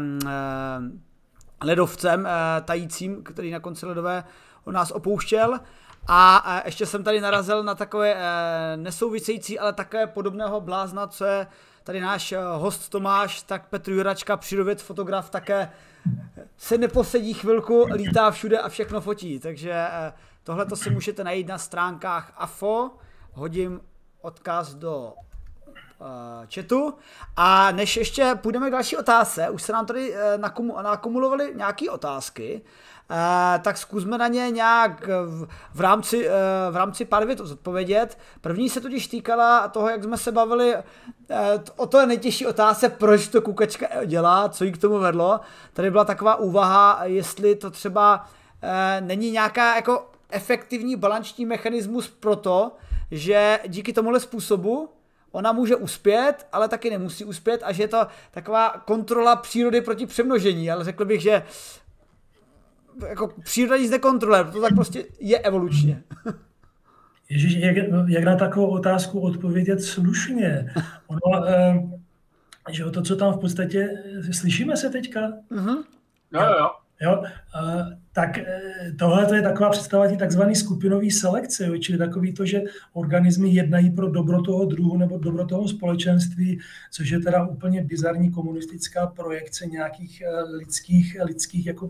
ledovcem tajícím, který na konci ledové u nás opouštěl. A ještě jsem tady narazil na takové nesouvisející, ale také podobného blázna, co je tady náš host Tomáš, tak Petr Juračka, přírodověd, fotograf, také se neposedí chvilku, lítá všude a všechno fotí. Takže tohle to si můžete najít na stránkách AFO, hodím odkaz do chatu. A než ještě půjdeme k další otázce, už se nám tady nakumulovaly nějaké otázky, tak zkusme na ně nějak v rámci pár vět odpovědět. První se totiž týkala toho, jak jsme se bavili o to nejtěžší otázce, proč to kukačka dělá, co jí k tomu vedlo. Tady byla taková úvaha, jestli to třeba není nějaká jako efektivní balanční mechanismus pro to, že díky tomuhle způsobu ona může uspět, ale taky nemusí uspět a že je to taková kontrola přírody proti přemnožení, ale řekl bych, že jako příroda nic nekontroluje, to tak prostě je evolučně. Ježiš, jak na takovou otázku odpovědět slušně? Ono, že to, co tam v podstatě, slyšíme se teďka? Uh-huh. Jo, tak tohle to je taková představa takzvané skupinové selekce, jo, čili takový to, že organismy jednají pro dobro toho druhu nebo dobro toho společenství, což je teda úplně bizarní komunistická projekce nějakých lidských jako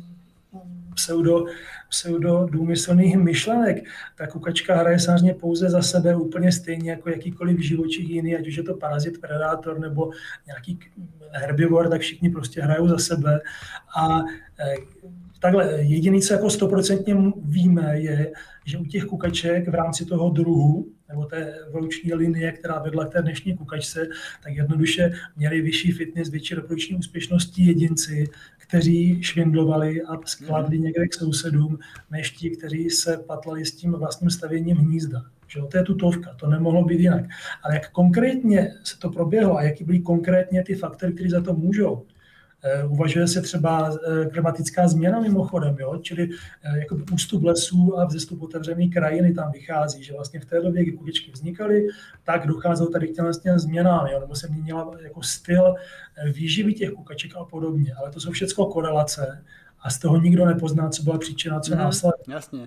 pseudo-důmyslných myšlenek. Ta kukačka hraje samozřejmě pouze za sebe úplně stejně jako jakýkoliv živočich jiný, ať už je to parazit, predátor nebo nějaký herbivor, tak všichni prostě hrajou za sebe. A Takhle, jediné, co jako 100% víme, je, že u těch kukaček v rámci toho druhu, nebo té evoluční linie, která vedla k té dnešní kukačce, tak jednoduše měli vyšší fitness, větší reprodukční úspěšnosti jedinci, kteří švindlovali a skladli někde k sousedům, než ti, kteří se patlali s tím vlastním stavěním hnízda. Že to je tutovka, to nemohlo být jinak. Ale jak konkrétně se to proběhlo a jaký byly konkrétně ty faktory, které za to můžou, uvažuje se třeba klimatická změna mimochodem, jo? Čili jakoby ústup lesů a vzestup otevřené krajiny tam vychází, že vlastně v té době, kdy kukačky vznikaly, tak docházelo tady k těm změnám, jo? Nebo se měnila jako styl výživy těch kukaček a podobně, ale to jsou všechno korelace a z toho nikdo nepozná, co byla příčina, co následuje. Jasně.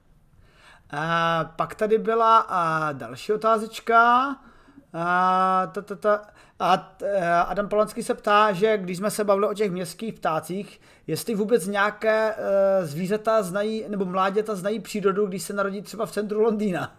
Pak tady byla další otázečka. Adam Polanský se ptá, že když jsme se bavili o těch městských ptácích, jestli vůbec nějaké zvířata znají, nebo mláďata znají přírodu, když se narodí třeba v centru Londýna.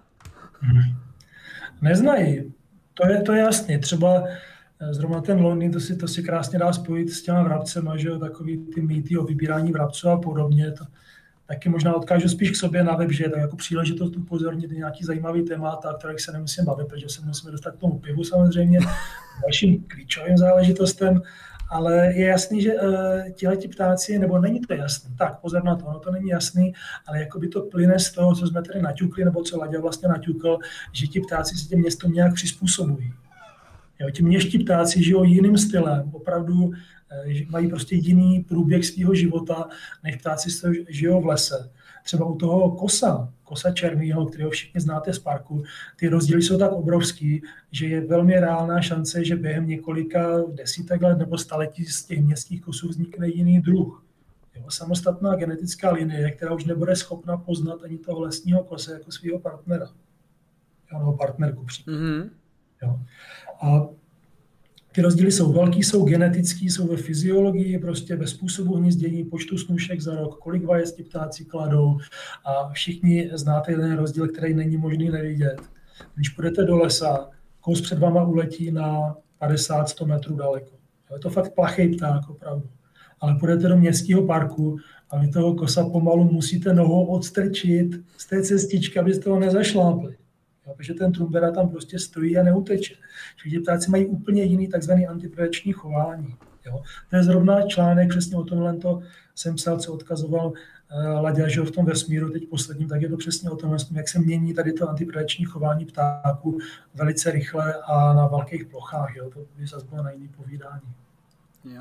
Neznají. To je jasně. Třeba zrovna ten Londýn, to si krásně dá spojit s těma vrabcema, že jo, takový ty mýty o vybírání vrabců a podobně. To taky možná odkážu spíš k sobě na web, že je to jako příležitost upozornit nějaký zajímavý témata, o kterých se nemusím bavit, protože se musíme dostat k tomu pivu samozřejmě, dalším klíčovým záležitostem, ale je jasný, že tihleti ptáci, nebo není to jasný, tak pozor na to, ono to není jasný, ale jako by to plyne z toho, co jsme tady naťukli, nebo co Laďa vlastně naťukl, že ti ptáci se těm městům nějak přizpůsobují. Jo, ti městští ptáci žijou jiným stylem, opravdu mají prostě jiný průběh svého života, než ptáci žijou v lese. Třeba u toho kosa černýho, kterého všichni znáte z parku, ty rozdíly jsou tak obrovský, že je velmi reálná šance, že během několika desítek let nebo staletí z těch městských kosů vznikne jiný druh. Jo, samostatná genetická linie, která už nebude schopna poznat ani toho lesního kose jako svého partnera. Jo, nebo partnerku příklad. Jo. A ty rozdíly jsou velký, jsou genetický, jsou ve fyziologii, prostě ve způsobu hnízdění, počtu snůšek za rok, kolik vajec ti ptáci kladou a všichni znáte jeden rozdíl, který není možný nevidět. Když půjdete do lesa, kous před váma uletí na 50-100 metrů daleko. Je to fakt plachý pták, opravdu. Ale půjdete do městského parku a vy toho kosa pomalu musíte nohou odstrčit z té cestičky, abyste ho nezašlápli. Jo, protože ten trumbera tam prostě stojí a neuteče. Čili ptáci mají úplně jiný takzvaný antipredační chování. Jo. To je zrovna článek, přesně o tomhle to jsem psal, co odkazoval Laďa, že v tom vesmíru teď posledním, tak je to přesně o tomhle, jak se mění tady to antipredační chování ptáků velice rychle a na velkých plochách. Jo. To by zase bylo na jiný povídání. Jo.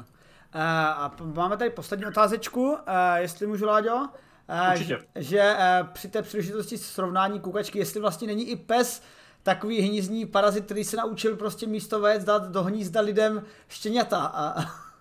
A máme tady poslední otázečku, jestli můžu, Láďo. Že při té příležitosti srovnání kukačky, jestli vlastně není i pes takový hnízdní parazit, který se naučil prostě místo vajec dát do hnízda lidem štěňata.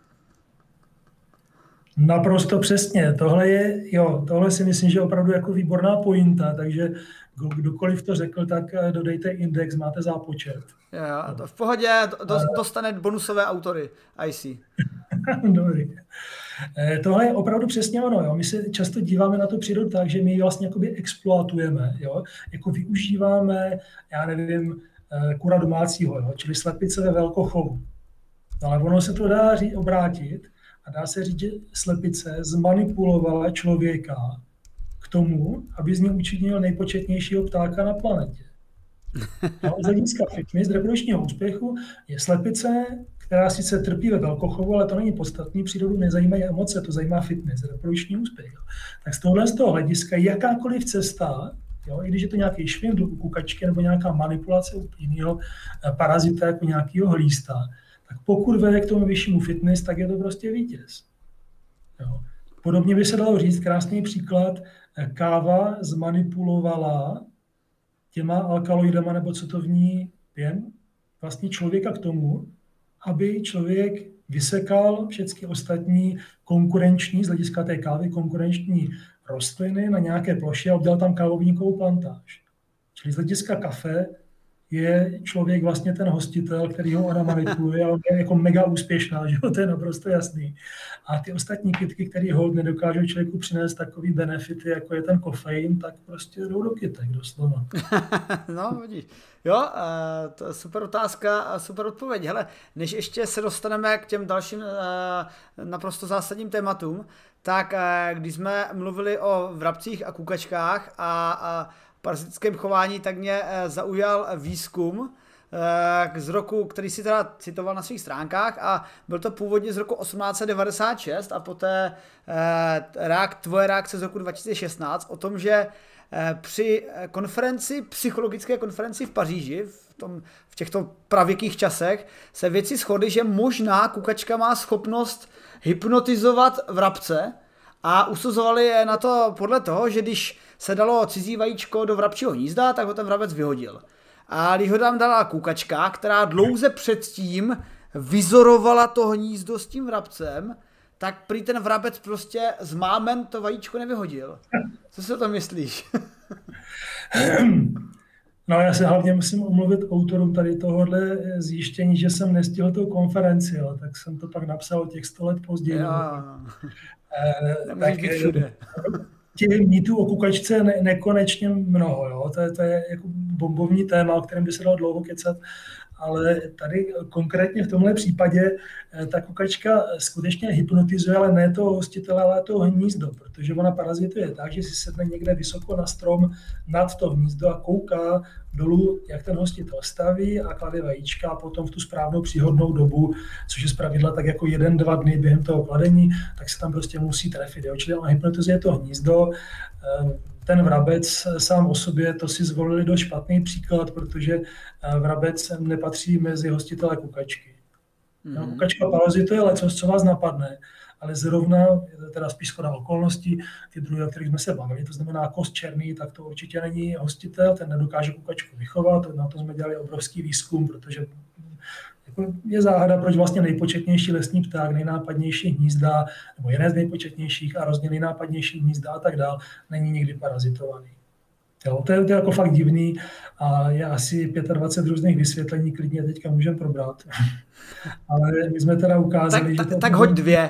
Naprosto přesně. Tohle si myslím, že je opravdu jako výborná pointa, takže kdokoliv to řekl, tak dodejte index, máte zápočet. Jo, to v pohodě, dostane bonusové autory, IC. Dobrý. Tohle je opravdu přesně ono. Jo. My se často díváme na tu přírodu tak, že my ji vlastně exploatujeme. Jo. Jako využíváme, já nevím, kura domácího, jo, čili slepice ve velkochovu. No, ale ono se to dá obrátit a dá se říct, že slepice zmanipulovala člověka k tomu, aby z něj učinil nejpočetnějšího ptáka na planetě. No, z hlediska fitness, reprodukčního úspěchu je slepice, která sice trpí ve velkochovu, ale to není podstatný, přírodu nezajímají emoce, to zajímá fitness, reprodukční úspěch. Tak z toho hlediska jakákoliv cesta, jo, i když je to nějaký švindl u kukačky nebo nějaká manipulace u jiného parazita jako nějakého hlísta, tak pokud vede k tomu vyššímu fitness, tak je to prostě vítěz. Jo. Podobně by se dalo říct, krásný příklad, káva zmanipulovala těma alkaloidama, nebo co to v ní je, vlastně člověka k tomu, aby člověk vysekal všechny ostatní konkurenční, z hlediska té kávy, konkurenční rostliny na nějaké ploše a udělal tam kávovníkovou plantáž. Čili z hlediska kafe je člověk vlastně ten hostitel, který ho ona manipuluje a on je jako mega úspěšná, že to je naprosto jasný. A ty ostatní kytky, které hold nedokážou člověku přinést takový benefity, jako je ten kofein, tak prostě jdou do kytek, doslova. No, vidíš. Jo, to je super otázka a super odpověď. Hele, než ještě se dostaneme k těm dalším naprosto zásadním tématům, tak když jsme mluvili o vrabcích a kukačkách a parazitickém chování, tak mě zaujal výzkum z roku, který si teda citoval na svých stránkách a byl to původně z roku 1896 a poté tvoje reakce z roku 2016 o tom, že při psychologické konferenci v Paříži, v těchto pravěkých časech, se vědci shodli, že možná kukačka má schopnost hypnotizovat vrabce a usuzovali je na to podle toho, že když se dalo cizí vajíčko do vrabčího hnízda, tak ho ten vrabec vyhodil. A když ho tam dala kukačka, která dlouze předtím vyzorovala to hnízdo s tím vrabcem, tak prý ten vrabec prostě z mámen to vajíčko nevyhodil. Co si o tom myslíš? No, já se hlavně musím omluvit autorům tady tohohle zjištění, že jsem nestihl tu konferenci, jo, tak jsem to pak napsal těch 100 let později. Tak těch mýtů o kukačce nekonečně mnoho. Jo. To je jako bombovní téma, o kterém by se dalo dlouho kecat, ale tady konkrétně v tomhle případě ta kukačka skutečně hypnotizuje, ale ne toho hostitele, ale toho hnízdo, protože ona parazituje tak, že si sedne někde vysoko na strom nad to hnízdo a kouká dolů, jak ten hostitel staví a klade vajíčka a potom v tu správnou příhodnou dobu, což je zpravidla tak jako 1-2 dny během toho kladení, tak se tam prostě musí trefit. Jo. Čili on hypnotizuje to hnízdo. Ten vrabec sám o sobě, to si zvolili dost špatný příklad, protože vrabec nepatří mezi hostitele kukačky. No, kukačka parazituje lecos, co vás napadne, ale zrovna, teda spíš shoda okolností, ty druhy, o kterých jsme se bavili, to znamená kost černý, tak to určitě není hostitel, ten nedokáže kukačku vychovat, na to jsme dělali obrovský výzkum, protože je záhada, proč vlastně nejpočetnější lesní pták, nejnápadnější hnízda, nebo jeden z nejpočetnějších a rozně nejnápadnější hnízda a tak dál, není nikdy parazitovaný. Jo, to je jako fakt divný a je asi 25 různých vysvětlení, klidně teďka můžeme probrat. Ale my jsme teda ukázali, že... Tak hoď 2.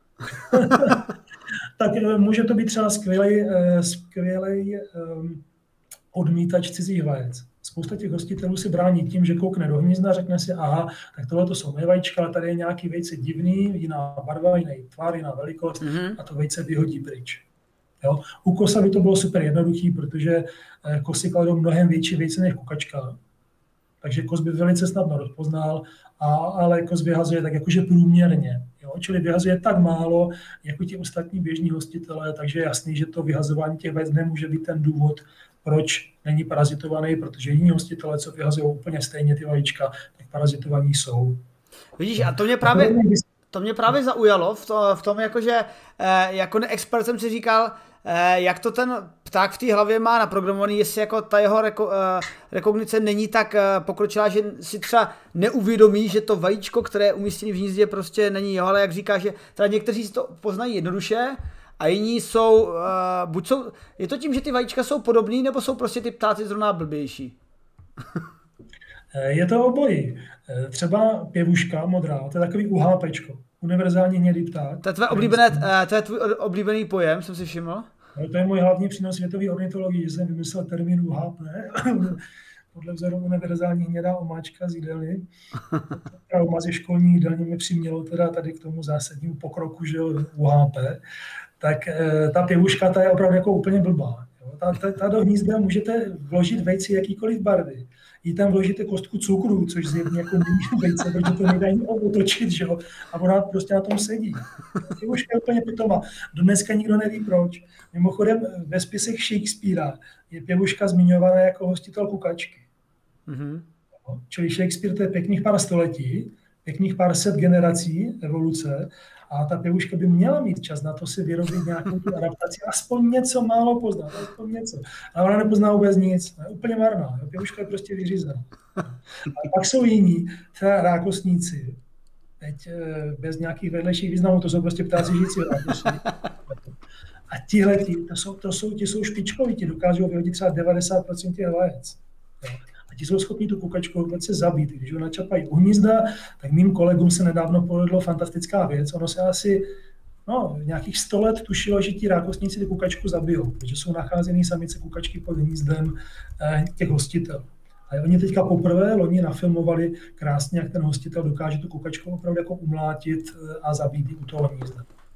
Tak může to být třeba skvělej odmítač cizích vajec. Spousta těch hostitelů si brání tím, že koukne do hnízda, řekne si, aha, tak tohle to jsou moje vajíčka, ale tady je nějaký vejce divný, jiná barva, jiný tvar, jiná velikost a to vejce vyhodí pryč. Jo? U kosa by to bylo super jednoduchý, protože kosy kladou mnohem větší vejce než kukačka. Takže kos by velice snadno rozpoznal, ale kos vyhazuje tak jakože průměrně. Jo? Čili vyhazuje tak málo, jako ti ostatní běžní hostitelé, takže je jasný, že to vyhazování těch vajec nemůže být ten důvod, proč není parazitovaný, protože jiní hostitelé, co vyhazují úplně stejně ty vajíčka, tak parazitovaní jsou. Vidíš, a to mě právě zaujalo v tom jakože jako expert jsem si říkal, jak to ten pták v té hlavě má naprogramovaný, jestli jako ta jeho rekognice není tak pokročilá, že si třeba neuvědomí, že to vajíčko, které je umístěné v hnízdě, prostě není jeho, ale jak říká, že teda někteří si to poznají jednoduše, a jiní jsou, je to tím, že ty vajíčka jsou podobný, nebo jsou prostě ty ptáci zrovna blbější? Je to obojí. Třeba pěvuška modrá, to je takový UHPčko, univerzální hnědý pták. To je tvůj oblíbený pojem, jsem si všiml. To je můj hlavní přínos světové ornitologii, že jsem vymyslel termín UHP, podle vzoru univerzální hnědá omáčka z jídelny. Trauma ze školní jídelny mě přimělo teda tady k tomu zásadnímu pokroku, že UHP. Tak ta pěvuška, ta je opravdu jako úplně blbá. Ta do hnízda můžete vložit vejci jakýkoliv barvy. Jí tam vložíte kostku cukru, což zjevně jako není vejce, protože to nejde ani otočit, že jo? A ona prostě na tom sedí. Pěvuška je úplně pitomá. Dneska nikdo neví proč. Mimochodem ve spisech Shakespearea je pěvuška zmiňovaná jako hostitel kukačky. Mm-hmm. Čili Shakespeare to je pěkných pár století, pěkných pár set generací evoluce, a ta pěvuška by měla mít čas na to si vyrobit nějakou tu adaptaci, aspoň něco málo poznat, aspoň něco. Ale ona nepozná vůbec nic, je úplně marná, pěvuška je prostě vyřízená. A pak jsou jiní, třeba rákosníci, teď bez nějakých vedlejších významů, to jsou prostě ptáci žijící rákosní. A tihleti, ti jsou špičkoví, ti dokážou vyhodit třeba 90% těch vajec. A ti jsou schopni tu kukačku vůbec se zabít. Když ho načapají u hnízda, tak mým kolegům se nedávno povedlo fantastická věc. Ono se asi nějakých 100 let tušilo, že ti rákosníci ty kukačku zabijou, protože jsou nacházený samice kukačky pod hnízdem těch hostitelů. A oni teďka poprvé loni nafilmovali krásně, jak ten hostitel dokáže tu kukačku opravdu jako umlátit a zabít u toho hnízda.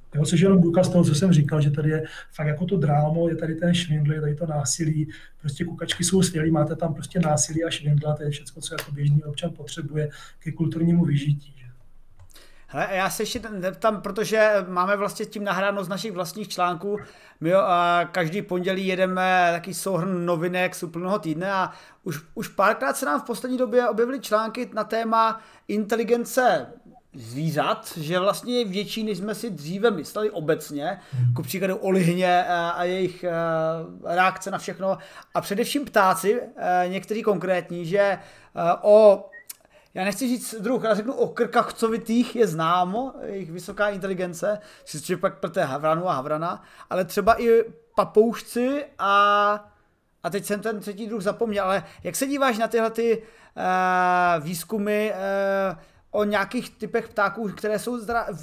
Jo, což je jenom důkaz toho, co jsem říkal, že tady je fakt jako to drámo, je tady ten švindl, je tady to násilí, prostě kukačky jsou skvělý, máte tam prostě násilí a švindla, to je všechno, co jako běžný občan potřebuje ke kulturnímu vyžití. Hele, já se ještě tam, protože máme vlastně tím nahráno z našich vlastních článků, my každý pondělí jedeme taký souhrn novinek z úplného týdne a už párkrát se nám v poslední době objevily články na téma inteligence zvířat, že vlastně je větší, než jsme si dříve mysleli obecně, ku příkladu o lihně a jejich reakce na všechno a především ptáci, někteří konkrétní, že já nechci říct druh, ale řeknu o krkavcovitých je známo, jejich vysoká inteligence, že pak plete havranu a havrana, ale třeba i papoušci a teď jsem ten třetí druh zapomněl, ale jak se díváš na tyhle výzkumy o nějakých typech ptáků, které jsou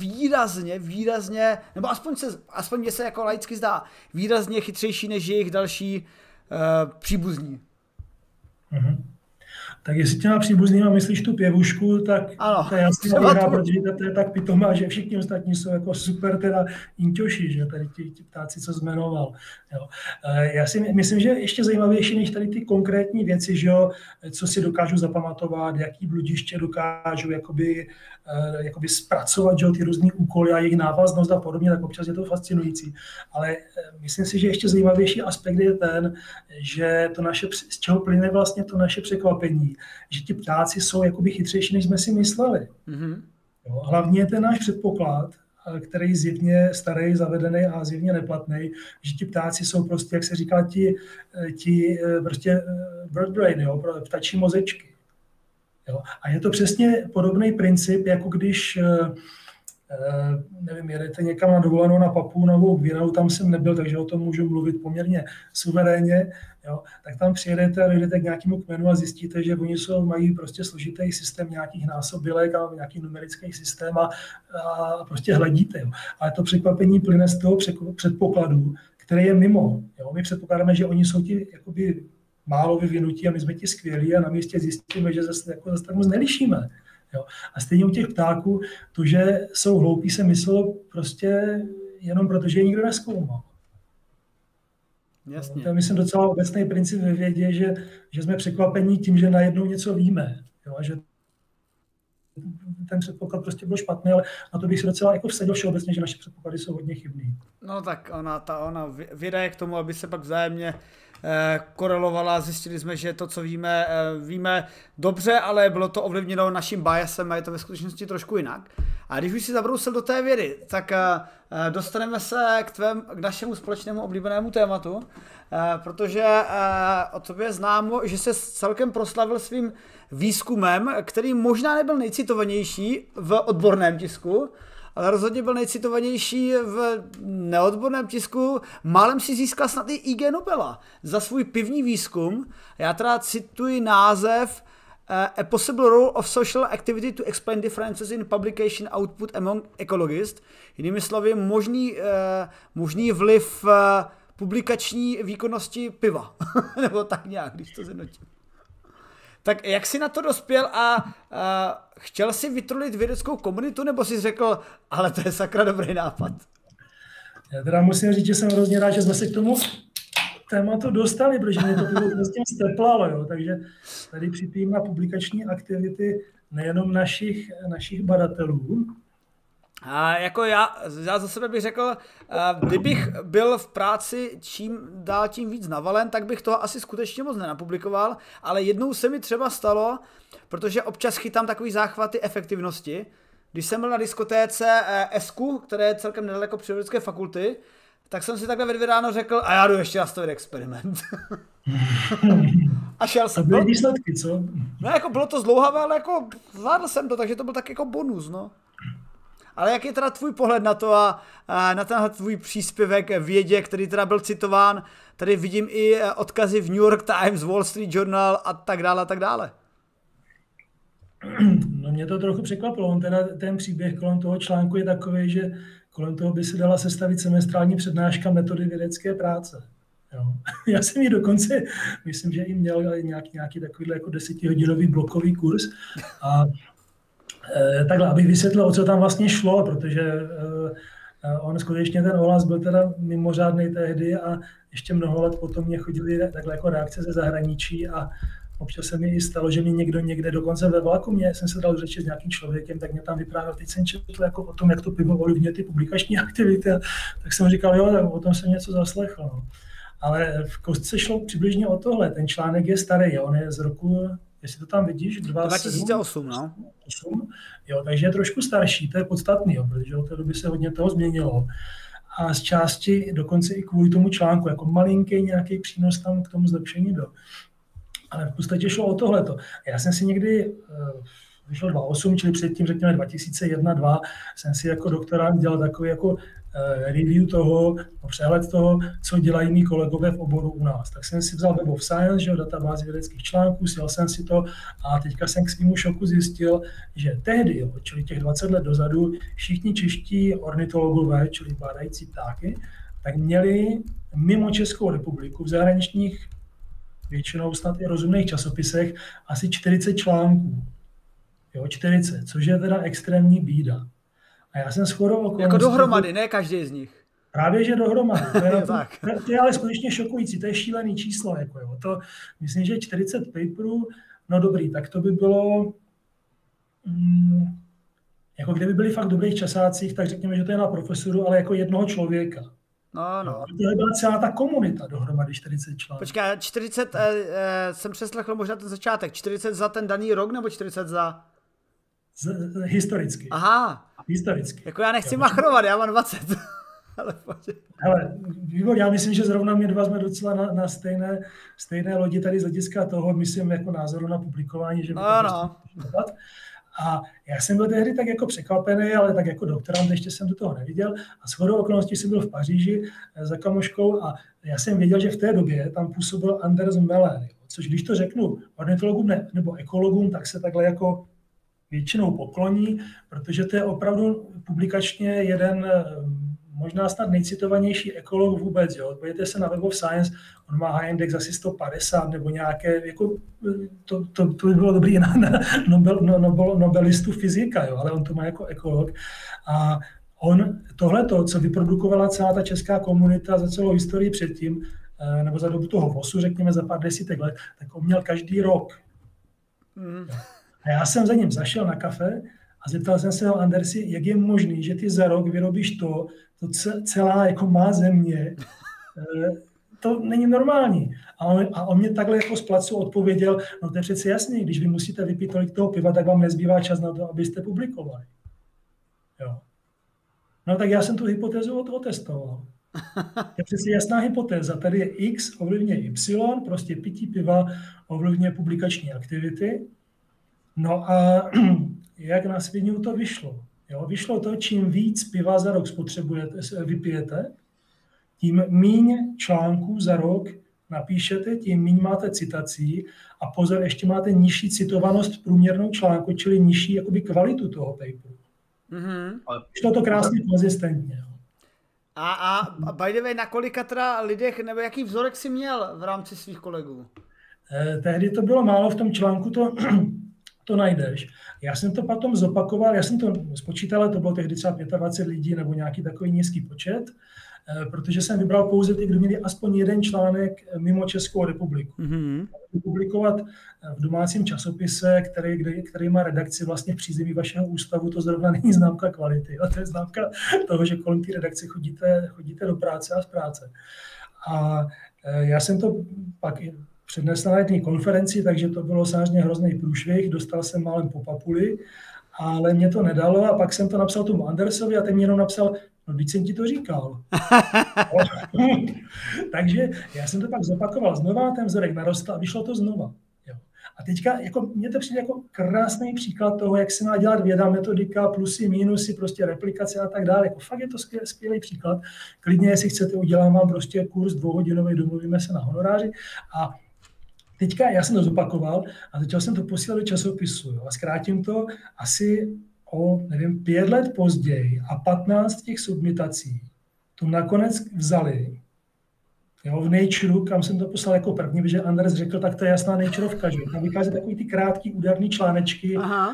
výrazně, nebo aspoň mě se jako laicky zdá, výrazně chytřejší než jejich další příbuzní. Mhm. Tak jestli těma příbuznýma myslíš tu pěvušku, tak ano, to je jasný, protože to je tak pitomá, že všichni ostatní jsou jako super teda inťoši, že tady ti ptáci, co jmenoval. Jo. Já si myslím, že ještě zajímavější než tady ty konkrétní věci, že jo, co si dokážu zapamatovat, jaký bludiště dokážu jakoby zpracovat, že jo, ty různý úkoly a jejich návaznost a podobně, tak občas je to fascinující. Ale myslím si, že ještě zajímavější aspekt je ten, že to naše, z čeho plyne vlastně to naše překvapení, že ti ptáci jsou jakoby chytřejší, než jsme si mysleli. Mm-hmm. Jo, hlavně je ten náš předpoklad, který je zjevně starý, zavedený a zjevně neplatný, že ti ptáci jsou prostě, jak se říká, ti prostě bird brain, jo, ptačí mozečky. Jo. A je to přesně podobný princip, jako když nevím, jedete někam na dovolenou na Papuu Novou Gvineu, tam jsem nebyl, takže o tom můžu mluvit poměrně suverénně, jo, tak tam přijedete a dojdete k nějakému kmenu a zjistíte, že oni mají prostě složitý systém nějakých násobilek a nějaký numerický systém a prostě hledíte. Jo. Ale to překvapení plyne z toho předpokladu, který je mimo. Jo. My předpokládáme, že oni jsou ti jakoby málo vyvinutí a my jsme ti skvělí a na místě zjistíme, že zase tak moc nelišíme. Jo. A stejně u těch ptáků, to, že jsou hloupí, se myslelo prostě jenom proto, že je nikdo nezkoumal. Jasně. To je, myslím, docela obecný princip ve vědě, že jsme překvapení tím, že najednou něco víme. Jo. A že ten předpoklad prostě byl špatný, ale na to bych se docela jako vsadil všeobecně, že naše předpoklady jsou hodně chybný. No tak ona věda je k tomu, aby se pak vzájemně korelovala, zjistili jsme, že to, co víme dobře, ale bylo to ovlivněno naším biasem a je to ve skutečnosti trošku jinak. A když už si zabrousil do té vědy, tak dostaneme se k našemu společnému oblíbenému tématu, protože o tobě je známo, že se celkem proslavil svým výzkumem, který možná nebyl nejcitovanější v odborném tisku, ale rozhodně byl nejcitovanější v neodborném tisku. Málem si získal snad i IG Nobela za svůj pivní výzkum. Já teda cituji název A possible role of social activity to explain differences in publication output among ecologists. Jinými slovy, možný vliv publikační výkonnosti piva. Nebo tak nějak, když to zjednotím. Tak jak jsi na to dospěl a chtěl jsi vytrolit vědeckou komunitu, nebo jsi řekl, ale to je sakra dobrý nápad? Já teda musím říct, že jsem hrozně rád, že jsme se k tomu tématu dostali, protože mě to vlastně steplalo, jo? Takže tady připijím na publikační aktivity nejenom našich badatelů. A jako já za sebe bych řekl, kdybych byl v práci čím dál tím víc navalen, tak bych toho asi skutečně moc nenapublikoval, ale jednou se mi třeba stalo, protože občas chytám takový záchvaty efektivnosti. Když jsem byl na diskotéce ESKU, které je celkem nedaleko Přírodovědecké fakulty, tak jsem si takhle ve 2 ráno řekl, a já jdu ještě nastavit experiment. A šel jsem. To byly výsledky, co? No jako bylo to zdlouhavé, ale jako zvládl jsem to, takže to byl tak jako bonus, no. Ale jak je teda tvůj pohled na to a na tenhle tvůj příspěvek vědě, který teda byl citován, tady vidím i odkazy v New York Times, Wall Street Journal a tak dále a tak dále. No mě to trochu překvapilo, on teda ten příběh kolem toho článku je takový, že kolem toho by se dala sestavit semestrální přednáška metody vědecké práce. Jo. Já jsem ji dokonce, myslím, že i měl nějaký takovýhle jako 10hodinový blokový kurz a takhle, abych vysvětlil, o co tam vlastně šlo, protože On skutečně ten ohlas byl teda mimořádný tehdy a ještě mnoho let potom mě chodili takhle jako reakce ze zahraničí a občas se mi i stalo, že mi někdo někde dokonce ve vlaku, jsem se dal řečit s nějakým člověkem, tak mě tam vyprávěl, teď jsem četl jako o tom, jak to pivo ovlivňuje ty publikační aktivity, tak jsem říkal, jo, tak o tom jsem něco zaslechl. No. Ale v kostce šlo přibližně o tohle, ten článek je starý, on je z roku, jestli to tam vidíš, 2008, no. 8, jo, takže je trošku starší, to je podstatný, jo, protože od té doby se hodně toho změnilo. A z části dokonce i kvůli tomu článku, jako malinký nějaký přínos tam k tomu zlepšení byl. Ale v podstatě šlo o tohleto. Já jsem si někdy, vyšlo 2008, čili předtím řekněme 2001-2002, jsem si jako doktorát dělal takový jako review toho, přehled toho, co dělají mý kolegové v oboru u nás. Tak jsem si vzal Web of Science, že, databázi vědeckých článků, sjel jsem si to a teďka jsem k svému šoku zjistil, že tehdy, jo, čili těch 20 let dozadu, všichni čeští ornitologové, čili bádající ptáky, tak měli mimo Českou republiku v zahraničních, většinou snad i rozumných časopisech, asi 40 článků. Jo, 40, což je teda extrémní bída. A já jsem shodou okolností... Jako dohromady, ne každý z nich. Právě, že dohromady. To je ale skutečně šokující, to je šílený číslo. Jako jo. To, myslím, že 40 paperů, no dobrý, tak to by bylo... jako kdyby byli fakt v dobrých časácích, tak řekněme, že to je na profesoru, ale jako jednoho člověka. No. To byla celá ta komunita dohromady, 40 článků. Počkej, 40, jsem přeslechl možná ten začátek, 40 za ten daný rok, nebo 40 za... Historicky. Aha. Historicky. Jako já nechci machrovat, já mám 20. Ale pojď. Hele, výbor, já myslím, že zrovna my dva jsme docela na stejné lodi tady z hlediska toho, myslím, jako názoru na publikování, že by no. A já jsem byl tehdy tak jako překvapený, ale tak jako doktorant ještě jsem do toho neviděl. A shodou okolností jsem byl v Paříži za kamoškou a já jsem věděl, že v té době tam působil Anders Meller, což když to řeknu ornitologům nebo ekologům, tak se takhle jako většinou pokloní, protože to je opravdu publikačně jeden možná snad nejcitovanější ekolog vůbec. Jo. Podívejte se na Web of Science, on má H-index asi 150 nebo nějaké, jako, to by bylo dobrý na Nobelistu fyzika, jo, ale on to má jako ekolog. A on tohleto, co vyprodukovala celá ta česká komunita za celou historii předtím, nebo za dobu toho VOSu, řekněme za pár desítek let, tak on měl každý rok. A já jsem za ním zašel na kafe a zeptal jsem se ho, Andersi, jak je možný, že ty za rok vyrobíš to celá jako má země, to není normální. A on mě takhle jako z placu odpověděl, no to je přece jasný, když vy musíte vypít tolik toho piva, tak vám nezbývá čas na to, abyste publikovali. Jo. No tak já jsem tu hypotézu otestoval. Je přece jasná hypotéza, tady je X ovlivňuje Y, prostě pití piva ovlivňuje publikační aktivity. No a jak na sviňu to vyšlo? Jo, vyšlo to, čím víc piva za rok vypijete, tím míň článků za rok napíšete, tím míň máte citací a pozor, ještě máte nižší citovanost průměrnou článku, čili nižší jakoby kvalitu toho paperu. Vyšlo to krásně konzistentně. A by the way, na kolika teda lidech, nebo jaký vzorek jsi měl v rámci svých kolegů? Tehdy to bylo málo, v tom článku to najdeš. Já jsem to potom zopakoval, já jsem to spočítal, to bylo tehdy třeba 25 lidí nebo nějaký takový nízký počet, protože jsem vybral pouze ty, kdo měli aspoň jeden článek mimo Českou republiku. Publikovat v domácím časopise, který má redakci vlastně v přízemí vašeho ústavu, to zrovna není známka kvality, ale to je známka toho, že kolem té redakce chodíte do práce a z práce. A já jsem to pak přednesl na jedné konferenci, takže to bylo samozřejmě hrozný průšvih, dostal jsem málem po papuli, ale mě to nedalo a pak jsem to napsal tomu Andersovi a ten mě jenom napsal, no vždyť jsem ti to říkal. Takže já jsem to pak zopakoval znova, ten vzorek narostl a vyšlo to znova. Jo. A teďka jako, mně to přijde jako krásný příklad toho, jak se má dělat věda, metodika, plusy, mínusy, prostě replikace a tak dále. Jako, fakt je to skvělý příklad. Klidně, jestli chcete, udělám vám prostě kurz 2hodinový, domluvíme se na honoráři. A teďka já jsem to zopakoval a začal jsem to posílat do časopisu. Jo, a zkrátím to asi o, nevím, 5 let později a 15 těch submitací to nakonec vzali. Jo, v Nature, kam jsem to poslal jako první, protože Anders řekl, tak to je jasná Natureovka, že tam vychází takový ty krátký úderný článečky.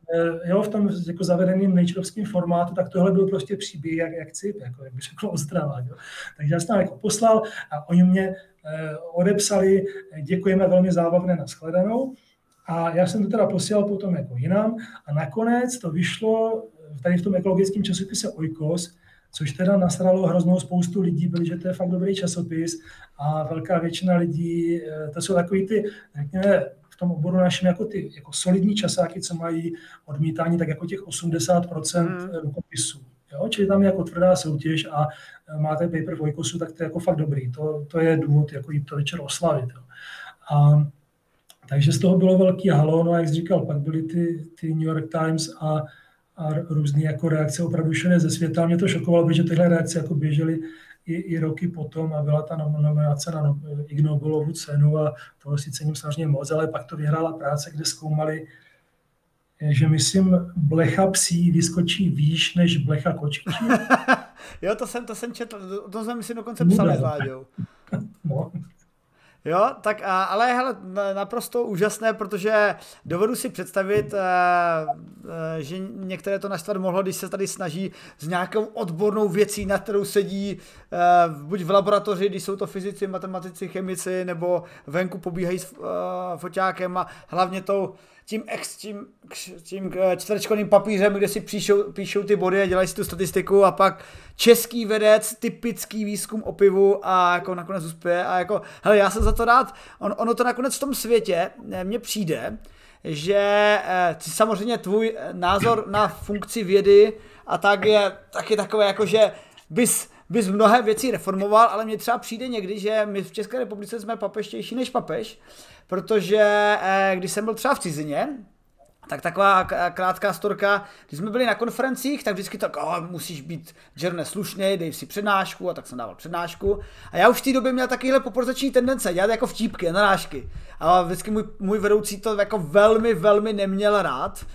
jo, v tom jako zavedeným nature-ovském formátu, tak tohle byl prostě příběh jak cip, jako jak by řekl Ostrava. Jo. Takže já jsem tam jako poslal a oni mě odepsali, děkujeme, velmi zábavné, nashledanou. A já jsem to teda posílal potom jako jinam a nakonec to vyšlo tady v tom ekologickém časopise Oikos, což teda nasralo hroznou spoustu lidí, byli, že to je fakt dobrý časopis a velká většina lidí, to jsou takový ty, řekněme, v tom oboru našem jako ty jako solidní časáky, co mají odmítání, tak jako těch 80% rukopisů. Jo? Čili tam je jako tvrdá soutěž a máte paper v Oikosu, tak to je jako fakt dobrý. To je důvod jako jít to večer oslavit. Jo? Takže z toho bylo velký halo, no a jak jsi říkal, pak byly ty New York Times a různé jako reakce opravdu šly ze světa. Mě to šokovalo, protože tyhle reakce jako běžely i roky potom a byla ta nominace na Ig Nobelovu cenu a toho si cením samozřejmě moc, ale pak to vyhrála práce, kde zkoumali, že myslím, blecha psí vyskočí výš než blecha kočičí. Jo, to jsem četl, to jsme myslím dokonce psali s Láďou. No. Jo, tak ale hele, naprosto úžasné, protože dovedu si představit, že některé to naštvat mohlo, když se tady snaží s nějakou odbornou věcí, na kterou sedí buď v laboratoři, když jsou to fyzici, matematici, chemici, nebo venku pobíhají s foťákem a hlavně tím čtverečkovým papírem, kde si píšou ty body a dělají si tu statistiku a pak český vědec, typický výzkum o pivu a jako nakonec uspěje a jako, hele, já jsem za to rád, ono to nakonec v tom světě mně přijde, že samozřejmě tvůj názor na funkci vědy a tak je taky takové jako, že bys mnohé věci reformoval, ale mně třeba přijde někdy, že my v České republice jsme papeštější než papež, protože když jsem byl třeba v cizině, tak taková krátká storka, když jsme byli na konferencích, tak vždycky tak, musíš být džerne slušnej, dej si přednášku, a tak jsem dával přednášku. A já už v té době měl takovýhle poprzační tendence, dělat jako vtípky, narážky. A vždycky můj vedoucí to jako velmi, velmi neměl rád.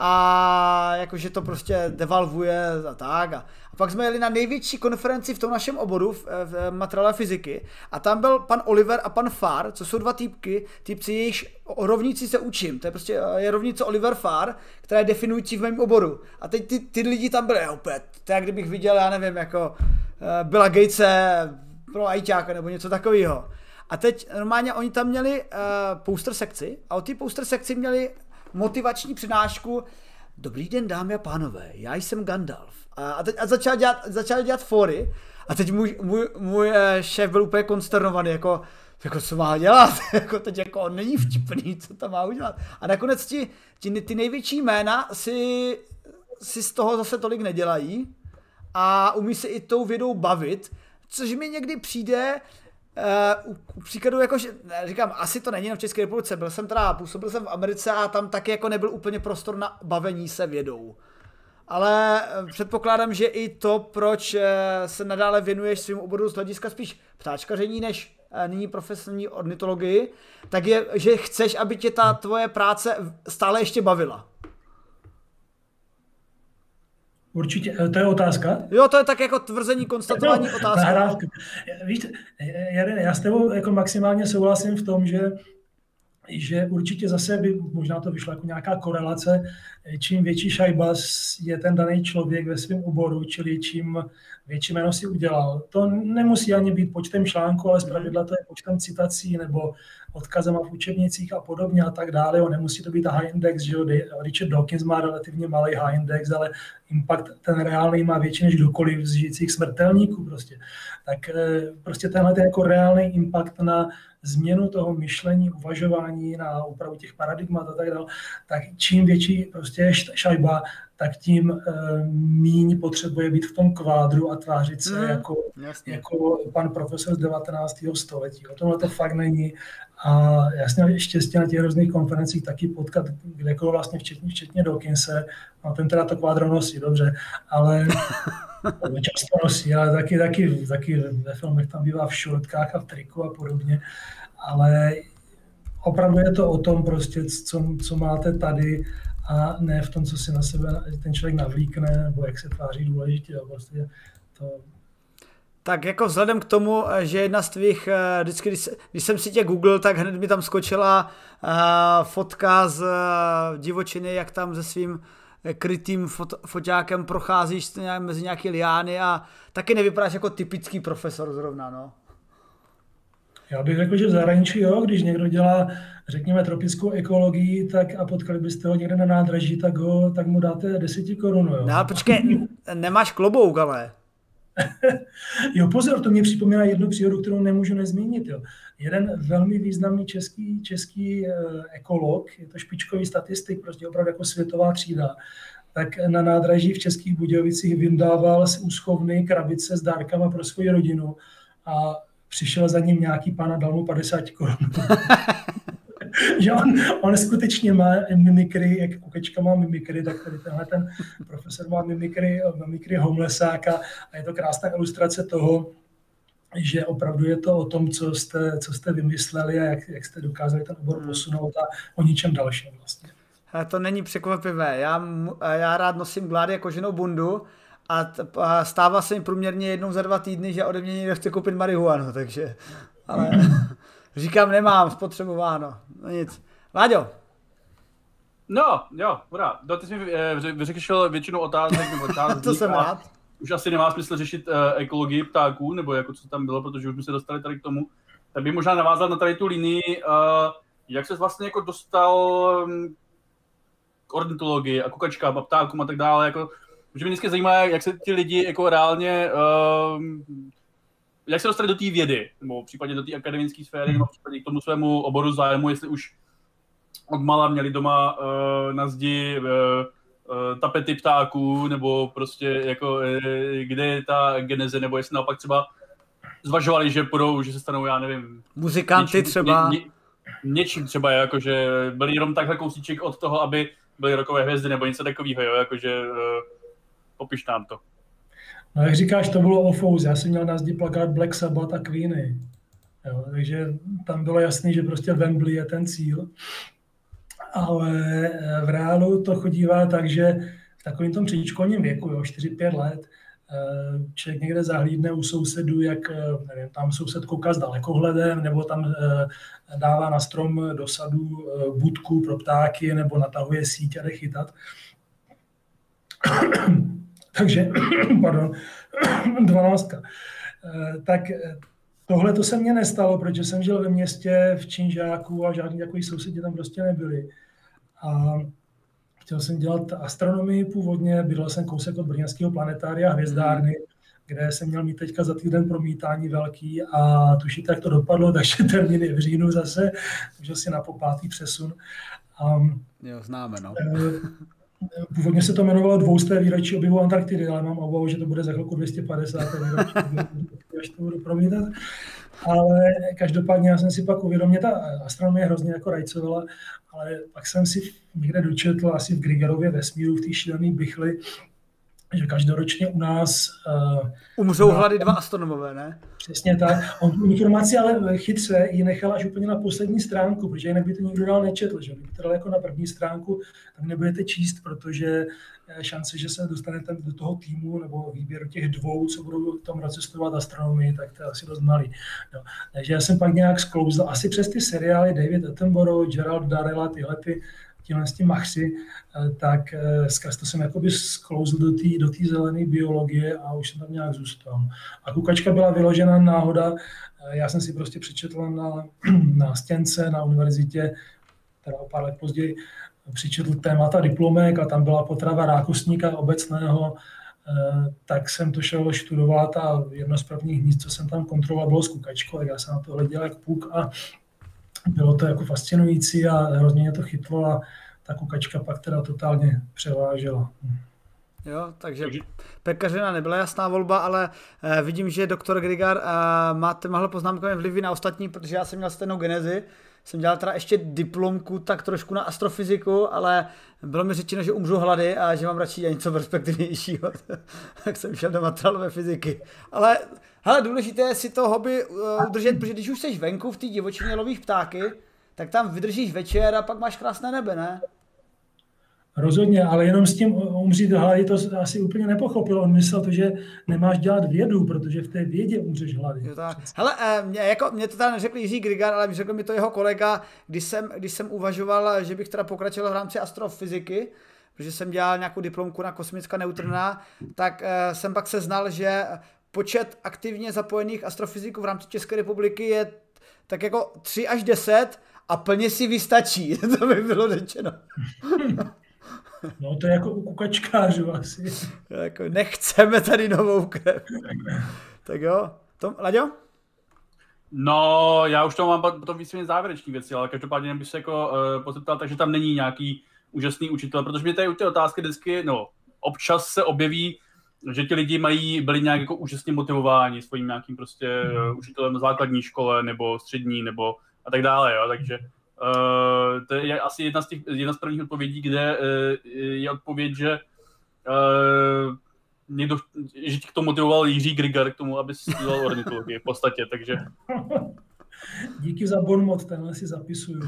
A jakože to prostě devalvuje a tak. A pak jsme jeli na největší konferenci v tom našem oboru, v materiálové fyziky, a tam byl pan Oliver a pan Farr, co jsou dva týpci, jejichž rovnici se učím. To je prostě rovnice Oliver Farr, která je definující v mém oboru. A teď ty lidi tam byly opět, to jak kdybych viděl, já nevím, jako Billa Gatese pro ajťáka nebo něco takového. A teď normálně oni tam měli poster sekci a od té poster sekci měli motivační přednášku. Dobrý den, dámy a pánové, já jsem Gandalf. A začal dělat fóry. A teď můj šéf byl úplně konsternovaný, jako co má dělat? Jako teď jako on není vtipný, co tam má udělat? A nakonec ty největší jména si z toho zase tolik nedělají a umí se i tou vědou bavit, což mi někdy přijde u příkladu, jako, že říkám, asi to není jenom v České republice, působil jsem v Americe a tam taky jako nebyl úplně prostor na bavení se vědou. Ale předpokládám, že i to, proč se nadále věnuješ svým oboru z hlediska spíš ptáčkaření než nyní profesní ornitologii, tak je, že chceš, aby tě ta tvoje práce stále ještě bavila. Určitě, to je otázka? Jo, to je tak jako tvrzení, konstatování otázka. Víš, já s tebou jako maximálně souhlasím v tom, že určitě zase by možná to vyšlo jako nějaká korelace, čím větší šajba je ten daný člověk ve svém oboru, čili čím větší jméno si udělal. To nemusí ani být počtem článku, ale zpravidla to je počtem citací nebo odkazama v učebnicích a podobně a tak dále. Nemusí to být high index, že jo? Richard Dawkins má relativně malý high index, ale impact ten reálný má větší než kdokoliv z žijících smrtelníků prostě. Tak prostě tenhle ten jako reálný impact na změnu toho myšlení, uvažování, na úpravu těch paradigmat a tak dále, tak čím větší prostě je šajba, tak tím míň potřebuje být v tom kvádru a tvářit se jako pan profesor z 19. století. O tomhle to fakt není. A já jsem měl štěstí na těch různých konferencích taky potkat kdekoliv vlastně včetně Dawkinse. No, ten teda to kvádro nosí, dobře, ale často nosí, ale taky ve filmech tam bývá v šortkách a v triku a podobně. Ale opravdu je to o tom prostě, co máte tady a ne v tom, co si na sebe ten člověk navlíkne, nebo jak se tváří důležitě. Prostě to... Tak jako vzhledem k tomu, že jedna z tvých, vždycky, když jsem si tě googlil, tak hned mi tam skočila fotka z divočiny, jak tam se svým krytým foťákem procházíš mezi nějaký liány a taky nevypadáš jako typický profesor zrovna, no. Já bych řekl, že v zahraničí, jo, když někdo dělá, řekněme, tropickou ekologii, tak a potkali byste ho někde na nádraží, tak mu dáte 10 korun, jo. No ale počkej, nemáš klobouk, ale. Jo, pozor, to mě připomíná jednu příhodu, kterou nemůžu nezmínit. Jo. Jeden velmi významný český ekolog, je to špičkový statistik, prostě opravdu jako světová třída, tak na nádraží v Českých Budějovicích vyndával z úschovny krabice s dárkama pro svou rodinu a přišel za ním nějaký pán a dal mu 50 korun. Že on skutečně má mimikry, jak Kukačka má mimikry, tak tady tenhle ten profesor má mimikry homelessáka a je to krásná ilustrace toho, že opravdu je to o tom, co jste vymysleli a jak jste dokázali ten obor posunout a o ničem dalším vlastně. To není překvapivé. Já rád nosím glády a koženou bundu a stává se mi průměrně jednou za 2 týdny, že ode mě někdo chce koupit marihuanu, takže... Ale říkám, nemám spotřebováno. No nic. Láďo. No, jo, dobrá. Ty jsi mi vyřešil většinu otázek. To jsem rád. Už asi nemá smysl řešit ekologii ptáků, nebo jako co tam bylo, protože už jsme se dostali tady k tomu. Tak bych možná navázal na tady tu linii, jak ses vlastně jako dostal k ornitologii a kukačkám a ptákům a tak dále. Jako, že mě vždycky zajímá, jak se ti lidi jako reálně, jak se dostali do té vědy, nebo v případě do té akademické sféry, nebo v případě k tomu svému oboru zájmu, jestli už od mala měli doma na zdi tapety ptáků, nebo prostě jako, kde je ta geneze, nebo jestli naopak třeba zvažovali, že půjdou, že se stanou, já nevím... Muzikanty třeba. Něčím třeba, jakože byli jenom takhle kousíček od toho, aby byly rockové hvězdy, nebo něco takového, jo, jakože popiš nám to. No jak říkáš, to bylo o fouze. Já jsem měl na zdi plakát Black Sabbath a Queeny. Jo, takže tam bylo jasný, že prostě Wembley je ten cíl. Ale v reálu to chodívá tak, že v takovém tom předškolním věku, 4-5 let, člověk někde zahlídne u sousedů, jak nevím, tam soused kouká s dalekohledem, nebo tam dává na strom do sadu budku pro ptáky, nebo natahuje síť a jde chytat. Takže, pardon, 12. Tak tohle to se mně nestalo, protože jsem žil ve městě v Činžáku a žádný takový sousedí tam prostě nebyli. A chtěl jsem dělat astronomii původně, bydlel jsem kousek od brněnského planetária hvězdárny, kde jsem měl mít teďka za týden promítání velký a tušíte, jak to dopadlo, takže termín je v říjnu zase, takže si na popátý přesun. Jo, známe, no. Původně se to jmenovalo 200. výročí objevu Antarktidy, ale mám obavu, že to bude za chvilku 250. výročí, až to budu promítat. Ale každopádně já jsem si pak uvědomil, ta astronomie hrozně jako rajcovala, ale pak jsem si někde dočetl asi v Grigerově vesmíru, v té šílené bychli, že každoročně u nás... umřou hlady 2 astronomové, ne? Přesně tak. On tu informaci ale chytře ji nechal až úplně na poslední stránku, protože jinak by to nikdo dál nečetl. Že? Kdyby to dal jako na první stránku, tak nebudete číst, protože šance, že se dostanete do toho týmu nebo výběru těch 2, co budou v tom roce studovat astronomii, tak to je asi dost malý. No. Takže já jsem pak nějak sklouzl, asi přes ty seriály David Attenborough, Gerald Darrella, tyhle machři, tak skrz to jsem jakoby sklouzl do té zelené biologie a už jsem tam nějak zůstal. A kukačka byla vyložena náhoda, já jsem si prostě přečetl na stěnce na univerzitě, teda o pár let později, přečetl témata diplomek a tam byla potrava rákosníka obecného, tak jsem to šel studovat a jedno z prvních míst, co jsem tam kontroloval, bylo s kukačkou, tak já jsem na to hleděl jak puk a bylo to jako fascinující a hrozně mě to chytlo a ta kukačka pak teda totálně převážela. Jo, takže pekařina nebyla jasná volba, ale vidím, že doktor Grigar má těmahle poznámkami vlivy na ostatní, protože já jsem měl stejnou genezi. Jsem dělal teda ještě diplomku tak trošku na astrofyziku, ale bylo mi řečeno, že umřu hlady a že mám radši něco perspektivnějšího. Tak jsem šel do materiálové fyziky. Ale hele, důležité je si to hobby udržet, protože když už jsi venku v té divočině lovíš ptáky, tak tam vydržíš večer a pak máš krásné nebe, ne? Rozhodně, ale jenom s tím umřít hlady to asi úplně nepochopil. On myslel to, že nemáš dělat vědu, protože v té vědě umřeš hlady. Hele, mě to teda neřekl Jiří Grigar, ale řekl mi to jeho kolega, když jsem uvažoval, že bych teda pokračoval v rámci astrofyziky, protože jsem dělal nějakou diplomku na kosmická neutrina, tak jsem pak seznal, že počet aktivně zapojených astrofyziků v rámci České republiky je tak jako 3 až 10 a plně si vystačí, to by bylo řečeno. No to je jako u kukačkářů asi. Jako nechceme tady novou krev. Tak jo. Laďo? No, já už to mám potom víceméně závěreční věci, ale každopádně bych se jako pozeptal, takže tam není nějaký úžasný učitel, protože mě tady u té otázky vždycky, občas se objeví, že ti lidi byli nějak jako úžasně motivováni svým nějakým prostě učitelem na základní škole nebo střední nebo a tak dále, jo, takže to je asi jedna z prvních odpovědí, kde je odpověď, že že tě k tomu motivoval Jiří Grigar k tomu, aby si dělal ornitologii v podstatě, takže... Díky za bonmot, tenhle si zapisuju.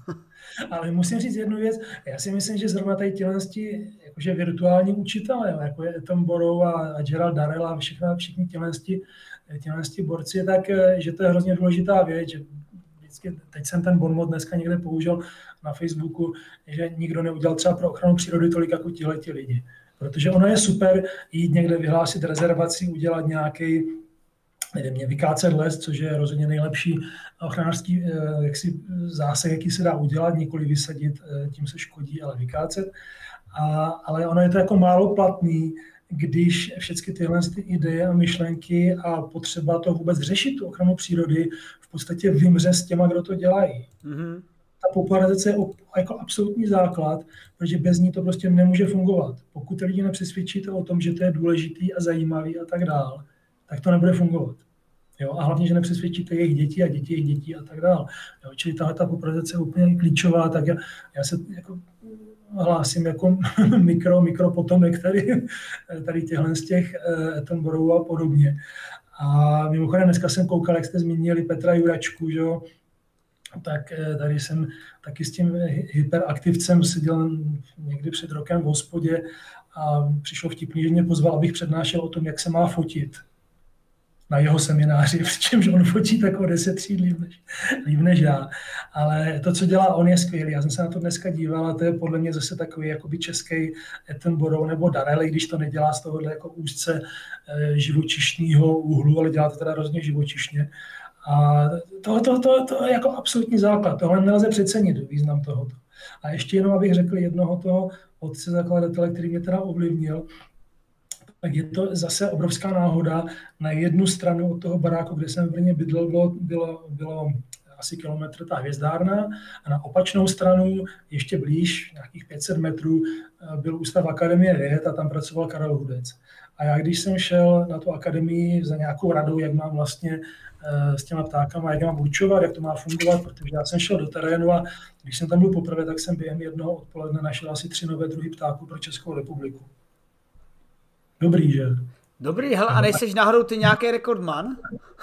Ale musím říct jednu věc, já si myslím, že zrovna tady tělenství, jakože virtuální učitelé, jako je Tom Borrow a Gerald Darrell a všichni tělenství borci, tak že to je hrozně důležitá věc, že vždycky, teď jsem ten bonmot dneska někde použil na Facebooku, že nikdo neudělal třeba pro ochranu přírody tolik jako tihleti lidi. Protože ono je super jít někde vyhlásit rezervaci, udělat nějaký, nevím, vykácet les, což je rozhodně nejlepší ochranářský zásah, jaký se dá udělat, nikoli vysadit, tím se škodí, ale vykácet. Ale ono je to jako málo platný, když všechny tyhle ideje a myšlenky a potřeba to vůbec řešit, tu ochranu přírody, v podstatě vymře s těma, kdo to dělají. Mm-hmm. Ta popularizace je jako absolutní základ, protože bez ní to prostě nemůže fungovat. Pokud lidi nepřesvědčíte o tom, že to je důležitý a zajímavý a tak dál, tak to nebude fungovat. Jo? A hlavně, že nepřesvědčíte jejich děti a děti jejich dětí a tak dál. Jo? Čili tahle ta popularizace je úplně klíčová, tak já se jako hlásím jako mikropotomek tady těchhle z těch Tom Borrow a podobně. A mimochodem dneska jsem koukal, jak jste zmínili Petra Juračku, že jo? Tak tady jsem taky s tím hyperaktivcem seděl někdy před rokem v hospodě a přišlo vtipný, že mě pozval, abych přednášel o tom, jak se má fotit na jeho semináři, přičemž on fotí tak o 10 tříd líp než já. Ale to, co dělá on, je skvělý. Já jsem se na to dneska díval a to je podle mě zase takový jakoby český Tom Borrow nebo Darrell, když to nedělá z tohohle jako úzce živočišného úhlu, ale dělá to teda hrozně živočišně. A to je jako absolutní základ. Tohle nelze přecenit, význam tohoto. A ještě jenom, abych řekl jednoho toho otce zakladatele, který mě teda ovlivnil, tak je to zase obrovská náhoda. Na jednu stranu od toho baráku, kde jsem v Brně bydlel, bylo asi kilometr ta hvězdárna a na opačnou stranu, ještě blíž, nějakých 500 metrů, byl ústav Akademie věd a tam pracoval Karel Hudec. A já, když jsem šel na tu akademii za nějakou radou, jak mám vlastně s těma ptákama, jak mám určovat, jak to má fungovat, protože já jsem šel do terénu a když jsem tam byl poprvé, tak jsem během jednoho odpoledne našel asi 3 nové druhy ptáků pro Českou republiku. Dobrý, že? Dobrý, hele, a nejseš náhodou ty nějaký rekordman?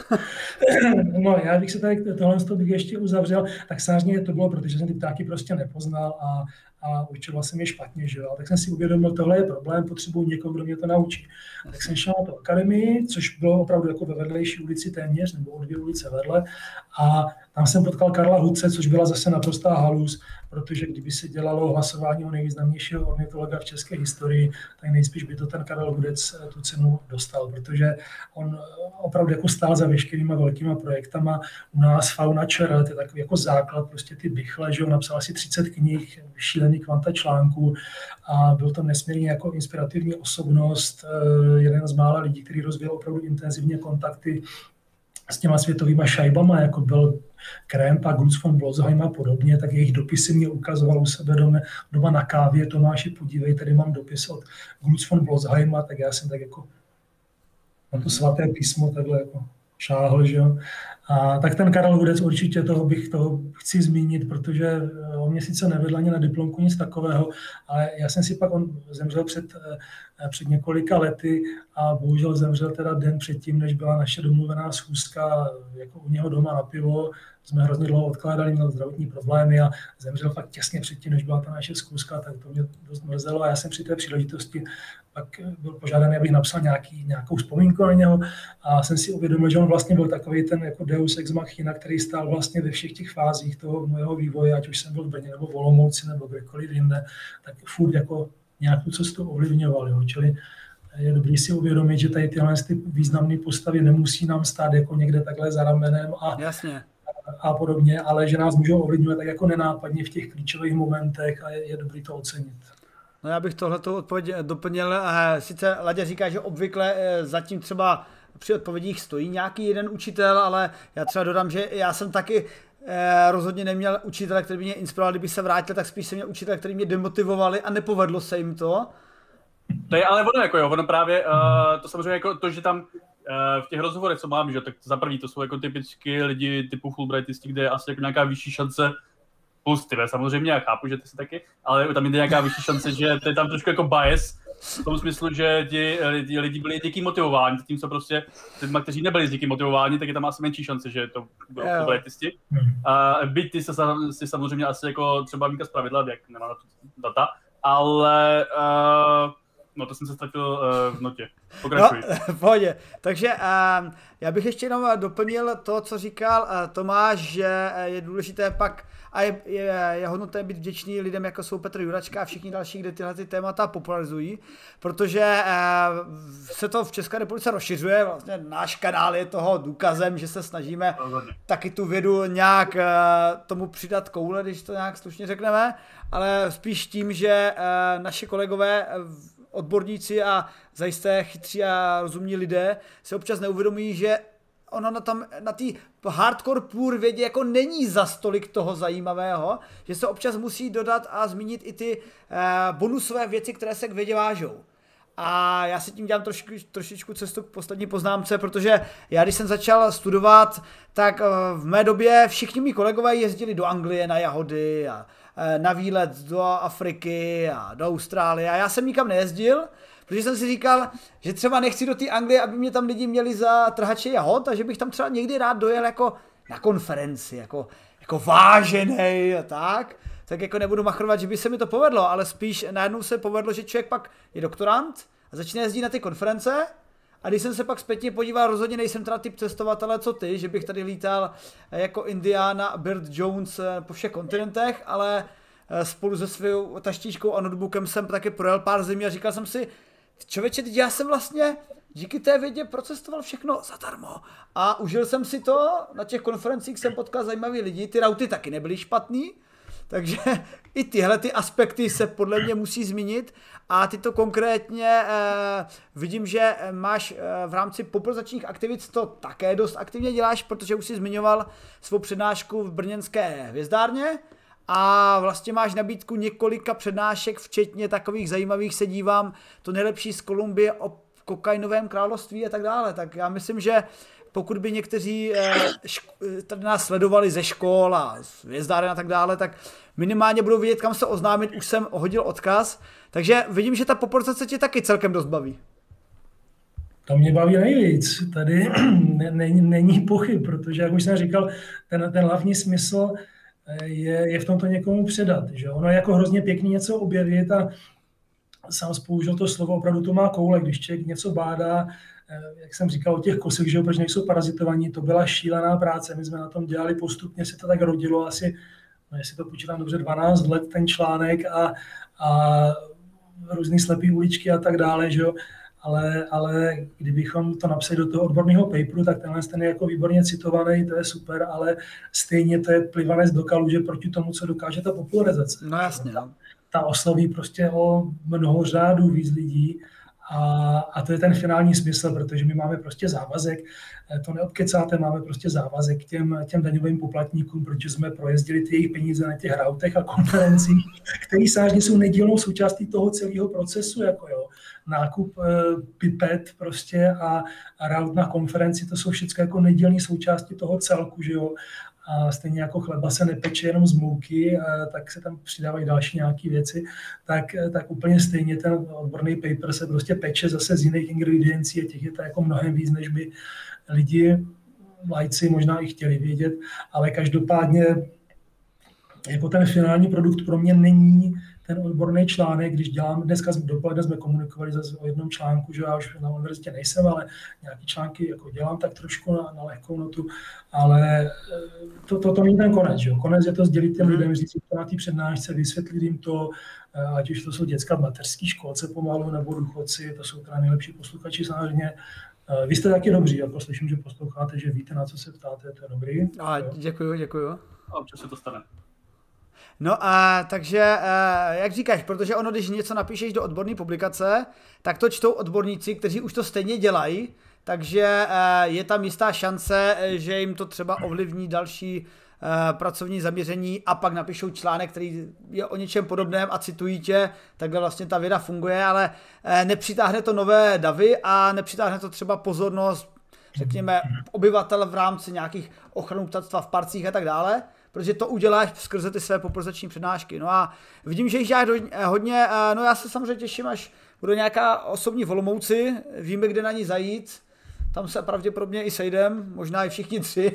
No, já bych se tady tohle bych ještě uzavřel, tak samozřejmě to bylo, protože jsem ty ptáky prostě nepoznal a určoval jsem je špatně, že jo. Tak jsem si uvědomil, tohle je problém, potřebuji někoho, kdo mě to naučí. Tak jsem šel na tu akademii, což bylo opravdu jako ve vedlejší ulici téměř, nebo o 2 ulice vedle. A tam jsem potkal Karla Hudce, což byla zase naprostá halus, protože kdyby se dělalo hlasování o nejvýznamnějšího ornitologa v české historii, tak nejspíš by to ten Karel Hudec tu cenu dostal, protože on opravdu jako stál za veškerýma velkýma projektama. U nás Fauna ČR, to je takový jako základ, prostě ty bychle, že on napsal asi 30 knih, šílený kvanta článků a byl to nesmírně jako inspirativní osobnost, jeden z mála lidí, který rozvíjel opravdu intenzivně kontakty s těma světovýma šajbama, jako byl Kremp a Glutz von Blotzheim a podobně, tak jejich dopisy mě ukazoval u sebe doma na kávě. Tomáši, podívej, tady mám dopis od Glutz von Blotzheima, tak já jsem tak jako na to svaté písmo takhle jako šáhl, že jo. A tak ten Karel Hudec určitě toho chci zmínit, protože on mě sice nevedl ani na diplomku nic takového, ale já jsem si pak, on zemřel před několika lety a bohužel zemřel teda den předtím, než byla naše domluvená schůzka jako u něho doma na pivo, jsme hrozně dlouho odkládali, měl zdravotní problémy a zemřel fakt těsně předtím, než byla ta naše zkouška, tak to mě dost mrzelo a já jsem při té příležitosti pak byl požádaný, abych napsal nějakou vzpomínku na něho a jsem si uvědomil, že on vlastně byl takový ten jako deus ex machina, který stál vlastně ve všech těch fázích toho mého vývoje, ať už jsem byl v Brně nebo v Olomouci nebo kdekoliv jinde, tak furt jako nějakou cestu ovlivňoval. Jo. Čili je dobré si uvědomit, že tady tyhle významné postavy nemusí nám stát jako někde takhle za ramenem a podobně, ale že nás můžou ovlivňovat tak jako nenápadně v těch klíčových momentech a je dobré to ocenit. No já bych tohleto odpověď doplnil. Sice Ladě říká, že obvykle zatím třeba při odpovědích stojí nějaký jeden učitel, ale já třeba dodám, že já jsem taky rozhodně neměl učitele, který mě inspiroval, kdyby se vrátil, tak spíš jsem měl učitele, který mě demotivovali a nepovedlo se jim to. To je ale ono, jako jo, ono právě, to samozřejmě jako to, že tam v těch rozhovorech, co mám, že tak za první to jsou jako typicky lidi typu Fulbrightisti, kde je asi jako nějaká vyšší šance, plus ty, samozřejmě, já chápu, že ty jsi taky, ale tam je nějaká vyšší šance, že to je tam trošku jako bias, v tom smyslu, že ti lidi byli někým motivováni, tím, co prostě lidma, kteří nebyli s někým motivováni, tak je tam asi menší šance, že to bylo Fulbrightisti. Byť ty se samozřejmě asi jako třeba výka zpravidla, jak nemá na to data, ale no to jsem se ztratil v notě. Pokračuj. No, v pohodě. Takže já bych ještě jenom doplnil to, co říkal Tomáš, že je důležité pak a je hodnoté být vděčný lidem, jako jsou Petr Juračka a všichni další, kde tyhle ty témata popularizují, protože se to v České republice rozšiřuje, vlastně náš kanál je toho důkazem, že se snažíme taky tu vědu nějak tomu přidat koule, když to nějak slušně řekneme, ale spíš tím, že naši kolegové odborníci a zajisté chytří a rozumní lidé se občas neuvědomují, že ono na té hardcore pure vědě jako není za stolik toho zajímavého, že se občas musí dodat a zmínit i ty bonusové věci, které se k vědě vážou. A já si tím dělám trošičku cestu k poslední poznámce, protože já když jsem začal studovat, tak v mé době všichni mý kolegové jezdili do Anglie na jahody a na výlet do Afriky a do Austrálie a já jsem nikam nejezdil, protože jsem si říkal, že třeba nechci do té Anglie, aby mě tam lidi měli za trhače jahod a že bych tam třeba někdy rád dojel jako na konferenci, jako vážený a tak jako nebudu machrovat, že by se mi to povedlo, ale spíš najednou se povedlo, že člověk pak je doktorant a začne jezdit na ty konference a když jsem se pak zpětně podíval, rozhodně nejsem teda typ cestovatele, co ty, že bych tady lítal jako Indiana Bird Jones po všech kontinentech, ale spolu se svou taštičkou a notebookem jsem taky projel pár zemí a říkal jsem si, člověče, teď já jsem vlastně díky té vědě procestoval všechno zadarmo a užil jsem si to, na těch konferencích jsem potkal zajímavý lidi, ty rauty taky nebyly špatný, takže i tyhle ty aspekty se podle mě musí zmínit a ty to konkrétně vidím, že máš v rámci popularizačních aktivit to také dost aktivně děláš, protože už jsi zmiňoval svou přednášku v brněnské Hvězdárně a vlastně máš nabídku několika přednášek, včetně takových zajímavých, se dívám, to nejlepší z Kolumbie o kokainovém království a tak dále. Tak já myslím, že pokud by někteří tady nás sledovali ze škol a z Hvězdáren a tak dále, tak minimálně budou vědět, kam se oznámit, už jsem hodil odkaz. Takže vidím, že ta popularizace tě taky celkem dost baví. To mě baví nejvíc. Tady není pochyb, protože, jak už jsem říkal, ten hlavní smysl je v tomto někomu předat. Že? Ono je jako hrozně pěkný něco objevit a sám použil to slovo, opravdu to má koule, když člověk něco bádá, jak jsem říkal o těch kosech, že proč nejsou parazitovaní, to byla šílená práce, my jsme na tom dělali postupně, se to tak rodilo asi, jestli to počítám dobře, 12 let ten článek a různý slepý uličky a tak dále, že jo. Ale kdybychom to napsali do toho odborného paperu, tak ten je jako výborně citovaný, to je super, ale stejně to je plivanec do kaluže proti tomu, co dokáže ta popularizace. No jasně, no. Ta osloví prostě o mnoho řádů víc lidí a to je ten finální smysl, protože my máme prostě závazek, to neobkecáte, máme prostě závazek těm daňovým poplatníkům, protože jsme projezdili ty jejich peníze na těch rautech a konferencích, které sážně jsou nedílnou součástí toho celého procesu, jako jo. Nákup pipet prostě a raut na konferenci, to jsou všechno jako nedílné součásti toho celku, že jo. A stejně jako chleba se nepeče jenom z mouky, tak se tam přidávají další nějaké věci, tak úplně stejně ten odborný paper se prostě peče zase z jiných ingrediencí a těch je to jako mnohem víc, než by lidi lajci možná i chtěli vědět, ale každopádně jako ten finální produkt pro mě není ten odborný článek, když dělám, dneska dopoledne jsme komunikovali zase o jednom článku, že já už na univerzitě nejsem, ale nějaký články jako dělám tak trošku na lehkou notu, ale to není ten konec, že jo. Konec je to sdělit těm lidem, říct to na té přednášce, vysvětlit jim to, ať už to jsou děcka v mateřské školce pomalu, nebo důchodci, to jsou teda nejlepší posluchači samozřejmě. Vy jste taky dobří, jako slyším, že posloucháte, že víte, na co se ptáte, to je dobrý. Děkuju. A občas se to stane. No a takže, jak říkáš, protože ono, když něco napíšeš do odborné publikace, tak to čtou odborníci, kteří už to stejně dělají, takže je tam jistá šance, že jim to třeba ovlivní další pracovní zaměření a pak napíšou článek, který je o něčem podobném a citují tě, takhle vlastně ta věda funguje, ale nepřitáhne to nové davy a nepřitáhne to třeba pozornost, řekněme, obyvatel v rámci nějakých ochran ptactva v parcích a tak dále, protože to uděláš skrze ty své popularizační přednášky. No a vidím, že jich děláš hodně, no já se samozřejmě těším, až bude nějaká osobní v Olomouci, víme, kde na ní zajít, tam se pravděpodobně i sejdem, možná i všichni tři.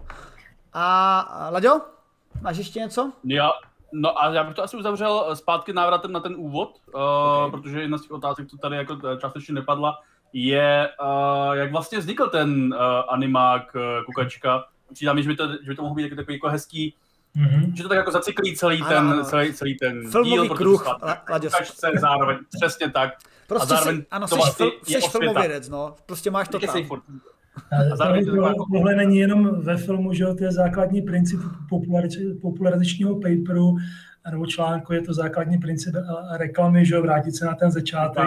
A Laďo, máš ještě něco? No a já bych to asi uzavřel zpátky návratem na ten úvod, protože jedna z těch otázek, co tady jako částečně nepadla, je, jak vlastně vznikl ten animák Kukačka. Přijde mi, že by to mohlo být takový jako hezký, že to tak jako zacyklí celý ten filmový díl, kruh, Kukačce zároveň, přesně tak. Prostě a zároveň jsi filmovědec, no, prostě máš to tam. Tohle není jenom ve filmu, že to je základní princip popularizačního paperu nebo článku, je to základní princip reklamy, že vrátit se na ten začátek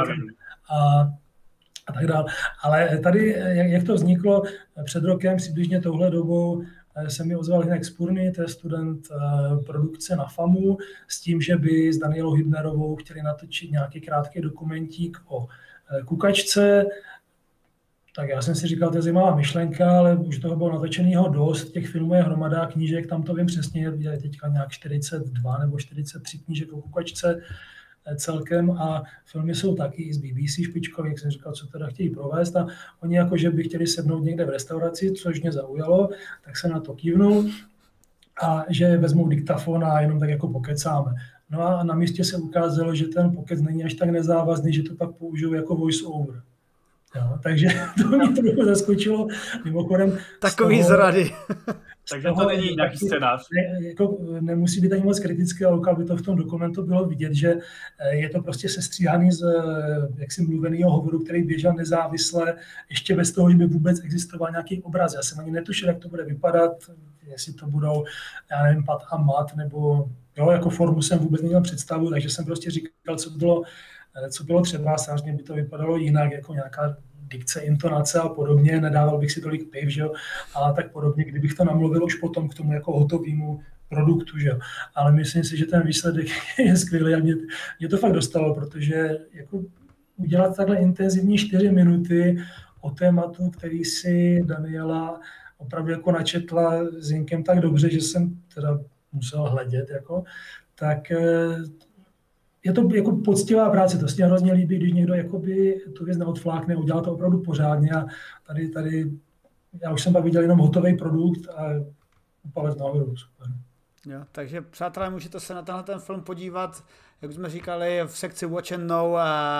a tak dále. Ale tady, jak to vzniklo před rokem, přibližně touhle dobou, se mi ozval Hinek Spurný, to je student produkce na FAMu, s tím, že by s Danielou Hübnerovou chtěli natočit nějaký krátký dokumentík o Kukačce. Tak já jsem si říkal, to je zajímavá myšlenka, ale už toho bylo natočenýho dost, těch filmů je hromada knížek, tam to vím přesně, je teďka nějak 42 nebo 43 knížek o Kukačce celkem a filmy jsou taky i z BBC špičkový, jak jsem říkal, co teda chtějí provést a oni jakože by chtěli sednout někde v restauraci, což mě zaujalo, tak se na to kývnul a že vezmou diktafon a jenom tak jako pokecáme. No a na místě se ukázalo, že ten pokec není až tak nezávazný, že to pak použijou jako voice over. Jo, takže to mě trochu zaskočilo. Mimochodem, takový zrady. Takže to není nějaký scénář. Jako nemusí být ani moc kritické, ale aby to v tom dokumentu bylo vidět, že je to prostě sestříhaný z jaksi mluveného hovoru, který běžel nezávisle, ještě bez toho, že by vůbec existoval nějaký obraz. Já jsem ani netušil, jak to bude vypadat, jestli to budou, já nevím, pat a mat, nebo jo, jako formu jsem vůbec neměl představu, takže jsem prostě říkal, co bylo třeba, samozřejmě by to vypadalo jinak, jako nějaká dikce, intonace a podobně, nedával bych si tolik piv, že jo, ale tak podobně, kdybych to namluvil už potom k tomu jako hotovému produktu, že jo. Ale myslím si, že ten výsledek je skvělý a mě to fakt dostalo, protože jako udělat takhle intenzivní 4 minuty o tématu, který si Daniela opravdu jako načetla s Jinkem tak dobře, že jsem teda musel hledět, jako, tak je to jako poctivá práce, to se mě hrozně líbí, když někdo jakoby tu věc neodflákne, udělá to opravdu pořádně a tady já už jsem pak viděl jenom hotový produkt a palec nahoru, super. Jo, takže přátelé, můžete se na tenhle ten film podívat, jak jsme říkali, v sekci Watch and Know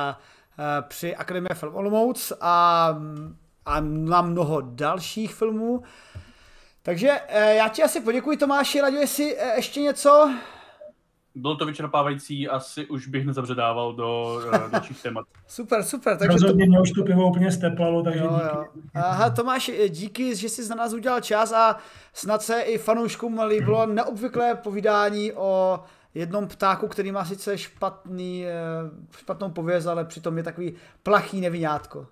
při Akademie Film Olomouc a na mnoho dalších filmů. Takže já ti asi poděkuji, Tomáši. Laďo, jestli ještě něco? Bylo to vyčerpávající, asi už bych nezabředával do dalších témat. Super. Takže rozhodně mě už to pivo úplně steplalo, takže jo, díky. Jo. Aha, Tomáš, díky, že jsi na nás udělal čas a snad se i fanouškům líbilo neobvyklé povídání o jednom ptáku, který má sice špatnou pověst, ale přitom je takový plachý nevinátko.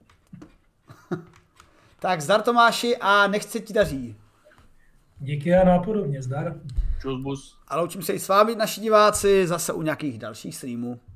Tak zdar, Tomáši, a nech se ti daří. Díky a nápodobně, zdar. Čus bus. A loučím se i s vámi, naši diváci, zase u nějakých dalších streamů.